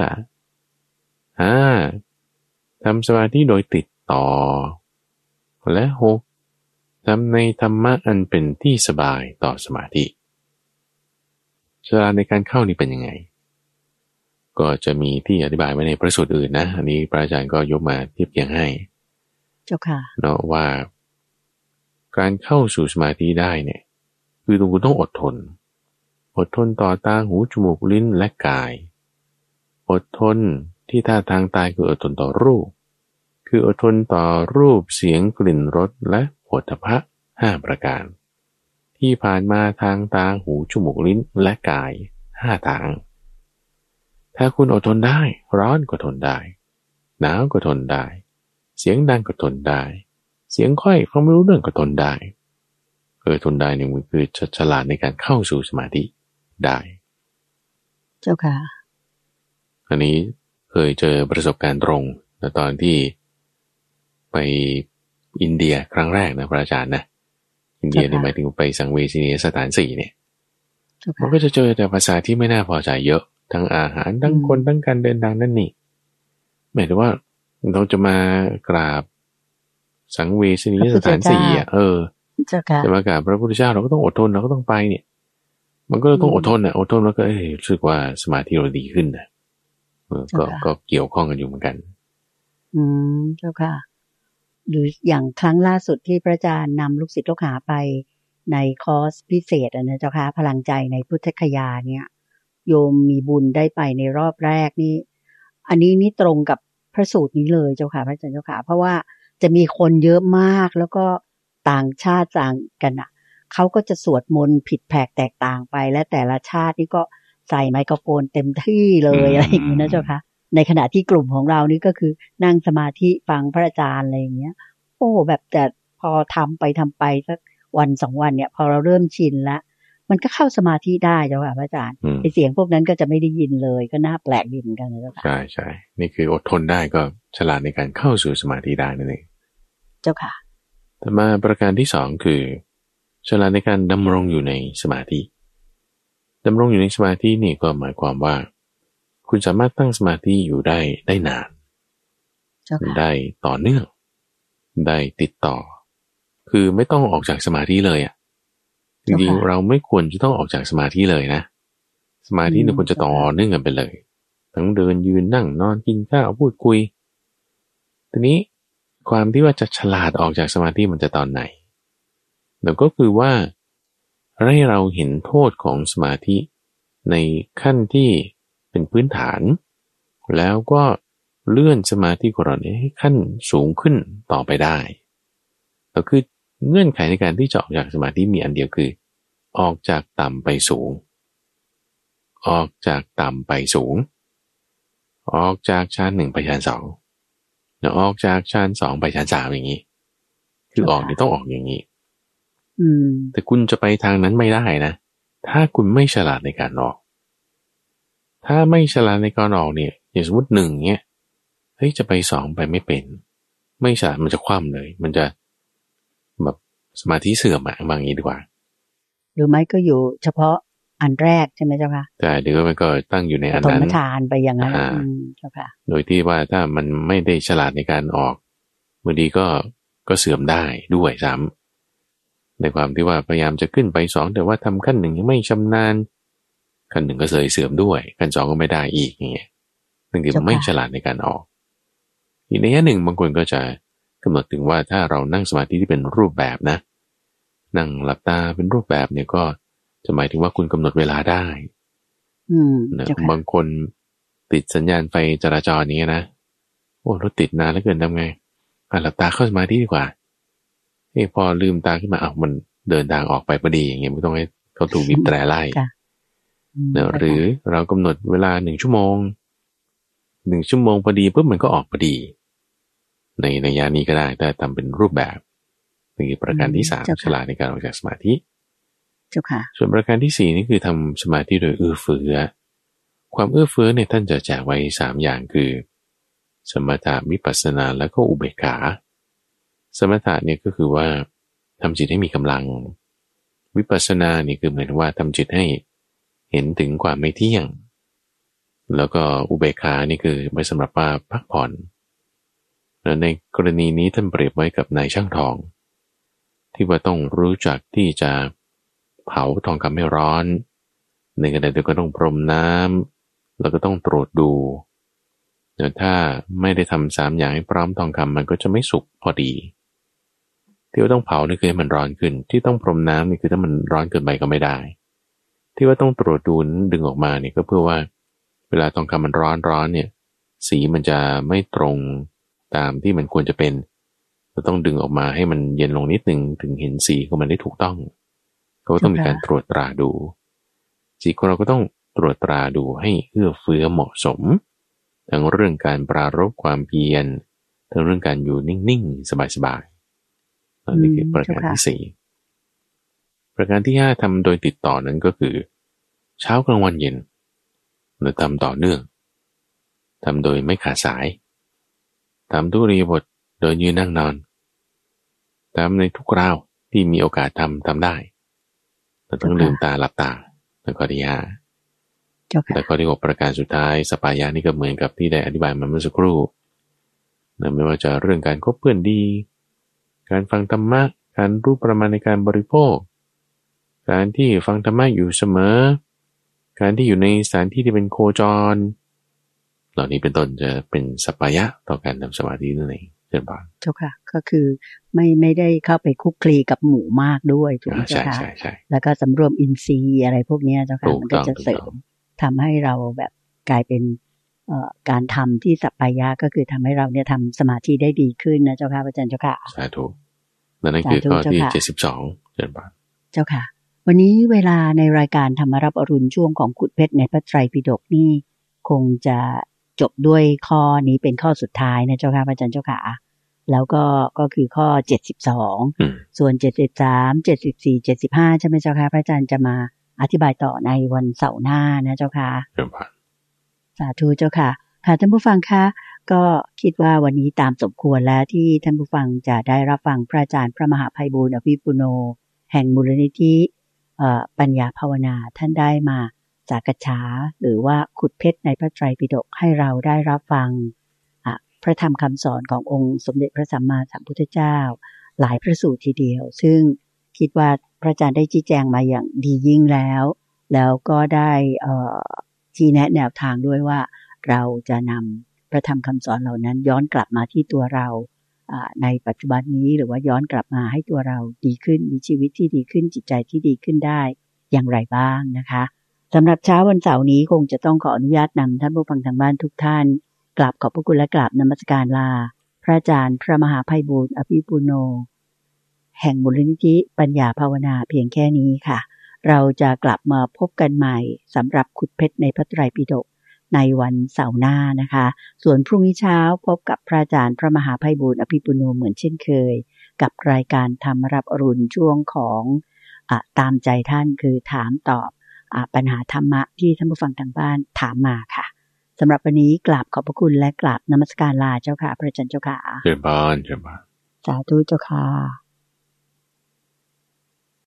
[SPEAKER 2] 5. ทำสมาธิโดยติดต่อและ 6. ทำในธรรมะอันเป็นที่สบายต่อสมาธิฉลาดในการเข้านี่เป็นยังไงก็จะมีที่อธิบายไว้ในพระสูตรอื่นนะอันนี้พระอาจารย์ก็ยกมาเทียบเคียงให้
[SPEAKER 1] เจ้าค่ะ
[SPEAKER 2] เนาะว่าการเข้าสู่สมาธิได้เนี่ยคือคุณต้องอดทนต่อตาหูจมูกลิ้นและกายอดทนที่ท่าทางตายคืออดทนต่อรูปคืออดทนต่อรูปเสียงกลิ่นรสและโผฏฐัพพะ5ประการที่ผ่านมาทางตาหูจมูกลิ้นและกาย5ทางถ้าคุณอดทนได้ร้อนก็ทนได้หนาวก็ทนได้เสียงดังก็ทนได้เสียงค่อยฟังไม่รู้เรื่องก็ทนได้ทนได้เนี่ยมันคือฉลาดในการเข้าสู่สมาธิได้
[SPEAKER 1] เจ้าค่ะ
[SPEAKER 2] อันนี้เคยเจอประสบการณ์ตรงตอนที่ไปอินเดียครั้งแรกนะพระอาจารย์นะอินเดียนี่หมายถึงไปสังเวชนียสถาน4เนี่ยมันก็จะเจอแต่ภาษาที่ไม่น่าพอใจเยอะทั้งอาหารทั้งคนทั้งการเดินทางนั่นนี่หมายถึงว่าเราจะมากราบสังเวชนียสถาน4จะมากราบพระพุทธเจ้าเราก็ต้องอดทนเราก็ต้องไปเนี่ยมันก็ต้องอดทนอดทนแล้วก็รู้สึกว่าสมาธิเราดีขึ้นนะก็เกี่ยวข้องกันอยู่เหมือนกัน
[SPEAKER 1] เจ้าค่ะหรืออย่างครั้งล่าสุดที่พระอาจารย์นำลูกศิษย์ลูกหาไปในคอร์สพิเศษนะเจ้าค่ะพลังใจในพุทธคยาเนี่ยโยมมีบุญได้ไปในรอบแรกนี่อันนี้นี่ตรงกับพระสูตรนี้เลยเจ้าค่ะพระอาจารย์เจ้าค่ะเพราะว่าจะมีคนเยอะมากแล้วก็ต่างชาติต่างกันอ่ะเขาก็จะสวดมนต์ผิดแผกแตกต่างไปและแต่ละชาตินี่ก็ใส่ไมโครโฟนเต็มที่เลยอะไรอย่างนี้นะเจ้าค่ะในขณะที่กลุ่มของเรานี่ก็คือนั่งสมาธิฟังพระอาจารย์อะไรอย่างเงี้ยโอ้แบบแต่พอทำไปสักวัน2 วันเนี่ยพอเราเริ่มชินแล้วมันก็เข้าสมาธิได้เจ้าค่ะพระอาจารย์ไอเสียงพวกนั้นก็จะไม่ได้ยินเลยก็น่าแปลกดีเหมือนกันนะเจ้าค่ะ
[SPEAKER 2] ใช่ใช่นี่คืออดทนได้ก็ฉลาดในการเข้าสู่สมาธิได้นั่นเอง
[SPEAKER 1] เจ้าค่ะ
[SPEAKER 2] แต่มาประการที่สองคือฉลาดในการดำรงอยู่ในสมาธิดำรงอยู่ในสมาธินี่ก็หมายความว่าคุณสามารถตั้งสมาธิอยู่ได้นานได้ต่อเนื่องได้ติดต่อคือไม่ต้องออกจากสมาธิเลยอ่ะจริงๆเราไม่ควรจะต้องออกจากสมาธิเลยนะสมาธิเนี่ยควรจะต่อเนื่องกันไปเลยทั้งเดินยืนนั่งนอนกินข้าวพูดคุยทีนี้ความที่ว่าจะฉลาดออกจากสมาธิมันจะตอนไหนแล้วก็คือว่าให้เราเห็นโทษของสมาธิในขั้นที่เป็นพื้นฐานแล้วก็เลื่อนสมาธิของเราให้ขั้นสูงขึ้นต่อไปได้ก็คือเงื่อนไขในการที่จะออกจากสมาธิมีอันเดียวคือออกจากต่ำไปสูงออกจากต่ำไปสูงออกจากชั้น1ไปชั้น2แล้วออกจากชั้น2ไปชั้น3อย่างนี้คือออกนี่ต้องออกอย่างนี้แต่คุณจะไปทางนั้นไม่ได้นะถ้าคุณไม่ฉลาดในการออกถ้าไม่ฉลาดในการออกเนี่ยอย่างสมมติ1เนี่ยเฮ้ยจะไป2ไปไม่เป็นไม่ฉลาดมันจะคว่ำเลยมันจะแบบสมาธิเสื่อมอะบางอย่างดีกว่า
[SPEAKER 1] หรือไม่ก็อยู่เฉพาะอันแรกใช่ไหมเจ้าค่ะ
[SPEAKER 2] แต่เดี๋ยวมันก็ตั้งอยู่ในอันนั้น
[SPEAKER 1] ธรรมทานไปอย่างนั้นเจ้าค่ะ
[SPEAKER 2] โดยที่ว่าถ้ามันไม่ได้ฉลาดในการออกบางทีก็เสื่อมได้ด้วยซ้ำในความที่ว่าพยายามจะขึ้นไป2แต่ว่าทำขั้น1ยังไม่ชำนาญขั้น1ก็เสื่อมด้วยขั้น2ก็ไม่ได้อีกอย่างเงี้ยบางทีมันไม่ฉลาดในการออกอีกในแง่หนึ่งบางคนก็จะกำหนดถึงว่าถ้าเรานั่งสมาธิที่เป็นรูปแบบนะนั่งหลับตาเป็นรูปแบบเนี่ยก็จะหมายถึงว่าคุณกำหนดเวลาได้นะบางคนติดสัญญาณไฟจราจรนี้นะโอ้รถติดนานแล้วเกินทำไงหลับตาเข้าสมาธิดีกว่าพอลืมตาขึ้นมามันเดินทางออกไปพอดีอย่างเงี้ยไม่ต้องให้เขาถูกบีบแตรไล่นะหรือเรากำหนดเวลา1 ชั่วโมงพอดีปุ๊บมันก็ออกพอดีในยานี้ก็ได้แต่ทำเป็นรูปแบบนี่ประการที่3ฉลาดในการออกจากสมาธิส่วนประการที่4นี่คือทำสมาธิโดยเอื้อเฟื้อความเอื้อเฟื้อเนี่ยท่านจะแจกไว้3อย่างคือสมถะวิปัสสนาแล้วก็อุเบกขาสมถะเนี่ยก็คือว่าทำจิตให้มีกำลังวิปัสสนานี่คือหมายถึงว่าทำจิตให้เห็นถึงความไม่เที่ยงแล้วก็อุเบกขานี่คือไว้สำหรับว่าพักผ่อนแล้วในกรณีนี้ท่านเปรียบไว้กับนายช่างทองที่ว่าต้องรู้จักที่จะเผาทองคำให้ร้อนในขณะเดียวกันต้องพรมน้ำแล้วก็ต้องตรวจดูแต่ถ้าไม่ได้ทำ3อย่างให้พร้อมทองคำมันก็จะไม่สุกพอดีที่ว่าต้องเผานี่คือให้มันร้อนขึ้นที่ต้องพรมน้ำนี่คือถ้ามันร้อนเกินไปก็ไม่ได้ที่ว่าต้องตรวจดูดึงออกมาเนี่ยก็เพื่อว่าเวลาทองคำมันร้อนเนี่ยสีมันจะไม่ตรงตามที่มันควรจะเป็นเราต้องดึงออกมาให้มันเย็นลงนิดนึงถึงเห็นสีของมันได้ถูกต้องก็ต้องมีการตรวจตราดูจิตของเราก็ต้องตรวจตราดูให้เอื้อเฟื้อเหมาะสมทั้งเรื่องการปรารภความเพียรทั้งเรื่องการอยู่นิ่งๆสบายๆนี่คือประการที่4ประการที่5ทำโดยติดต่อนั้นก็คือเช้ากลางวันเย็นเราทำต่อเนื่องทำโดยไม่ขาดสายทำทุกอิริยาบถเดินยืนนั่งนอนทำในทุกคราวที่มีโอกาสทำได้เราต้องลืมตาหลับตาแล้วก็ที่5แต่ข้อที่6ประการสุดท้ายสปายะนี่ก็เหมือนกับที่ได้อธิบายมาเมื่อสักครู่ไม่ว่าจะเรื่องการคบเพื่อนดีการฟังธรรมะการรู้ประมาณในการบริโภคการที่ฟังธรรมะอยู่เสมอการที่อยู่ในสถานที่ที่เป็นโคจรเหล่านี้เป็นต้นจะเป็นสปายะต่อการทำสมาธินั่นเองเช่นกัน
[SPEAKER 1] เจ้าค่ะก็คือไม่ได้เข้าไปคุกคลีกับหมู่มากด้วยถูกไหมเจ้าค่ะใช่แล้วก็สำรวมอินทรีย์อะไรพวกนี้เจ้าค่ะมันก็จะเสริมทำให้เราแบบกลายเป็นการทำที่สัปปายะก็คือทำให้เราเนี่ยทำสมาธิได้ดีขึ้นนะเจ้าค่ะพระอาจารย์เจ้าค่ะ
[SPEAKER 2] สาธุนั่นคือข้อที่72เชิญบาน
[SPEAKER 1] เจ้าค่ะวันนี้เวลาในรายการธรรมรับอรุณช่วงของขุดเพชรในพระไตรปิฎกนี่คงจะจบด้วยข้อนี้เป็นข้อสุดท้ายนะเจ้าค่ะพระอาจารย์เจ้าค่ะแล้วก็คือข้อ72ส่วน73 74 75ใช่ไหมเจ้าค่ะพระอาจารย์จะมาอธิบายต่อในวันเสาร์หน้านะเจ้าค่ะสาธุเจ้าค่ะค่ะท่านผู้ฟังคะก็คิดว่าวันนี้ตามสมควรแล้วที่ท่านผู้ฟังจะได้รับฟังพระอาจารย์พระมหาไพบูลย์อภิปุโนแห่งมูลนิธิปัญญาภาวนาท่านได้มาสักษาหรือว่าขุดเพชรในพระไตรปิฎกให้เราได้รับฟังพระธรรมคำสอนขององค์สมเด็จพระสัมมาสัมพุทธเจ้าหลายพระสูตรทีเดียวซึ่งคิดว่าพระอาจารย์ได้ชี้แจงมาอย่างดียิ่งแล้วก็ได้ชี้แนะแนวทางด้วยว่าเราจะนำพระธรรมคำสอนเหล่านั้นย้อนกลับมาที่ตัวเราในปัจจุบันนี้หรือว่าย้อนกลับมาให้ตัวเราดีขึ้นมีชีวิตที่ดีขึ้นจิตใจที่ดีขึ้นได้อย่างไรบ้างนะคะสำหรับเช้าวันเสาร์นี้คงจะต้องขออนุญาตนำท่านผู้ฟังทางบ้านทุกท่านกราบขอบพระคุณและกราบนมัสการลาพระอาจารย์พระมหาไพบูลย์อภิปุโนแห่งมูลนิธิปัญญาภาวนาเพียงแค่นี้ค่ะเราจะกลับมาพบกันใหม่สำหรับขุดเพชรในพระไตรปิฎกในวันเสาร์หน้านะคะส่วนพรุ่งนี้เช้าพบกับพระอาจารย์พระมหาไพบูลย์อภิปุโนเหมือนเช่นเคยกับรายการธรรมรับอรุณช่วงของตามใจท่านคือถามตอบปัญหาธรรมะที่ท่านผู้ฟังทางบ้านถามมาค่ะสำหรับวันนี้กราบขอบพระคุณและกราบนมัสการลาเจ้าค่ะพระอาจารย์เจ้าค่ะ
[SPEAKER 2] เชิญบาน
[SPEAKER 1] สาธุเจ้าค่ะ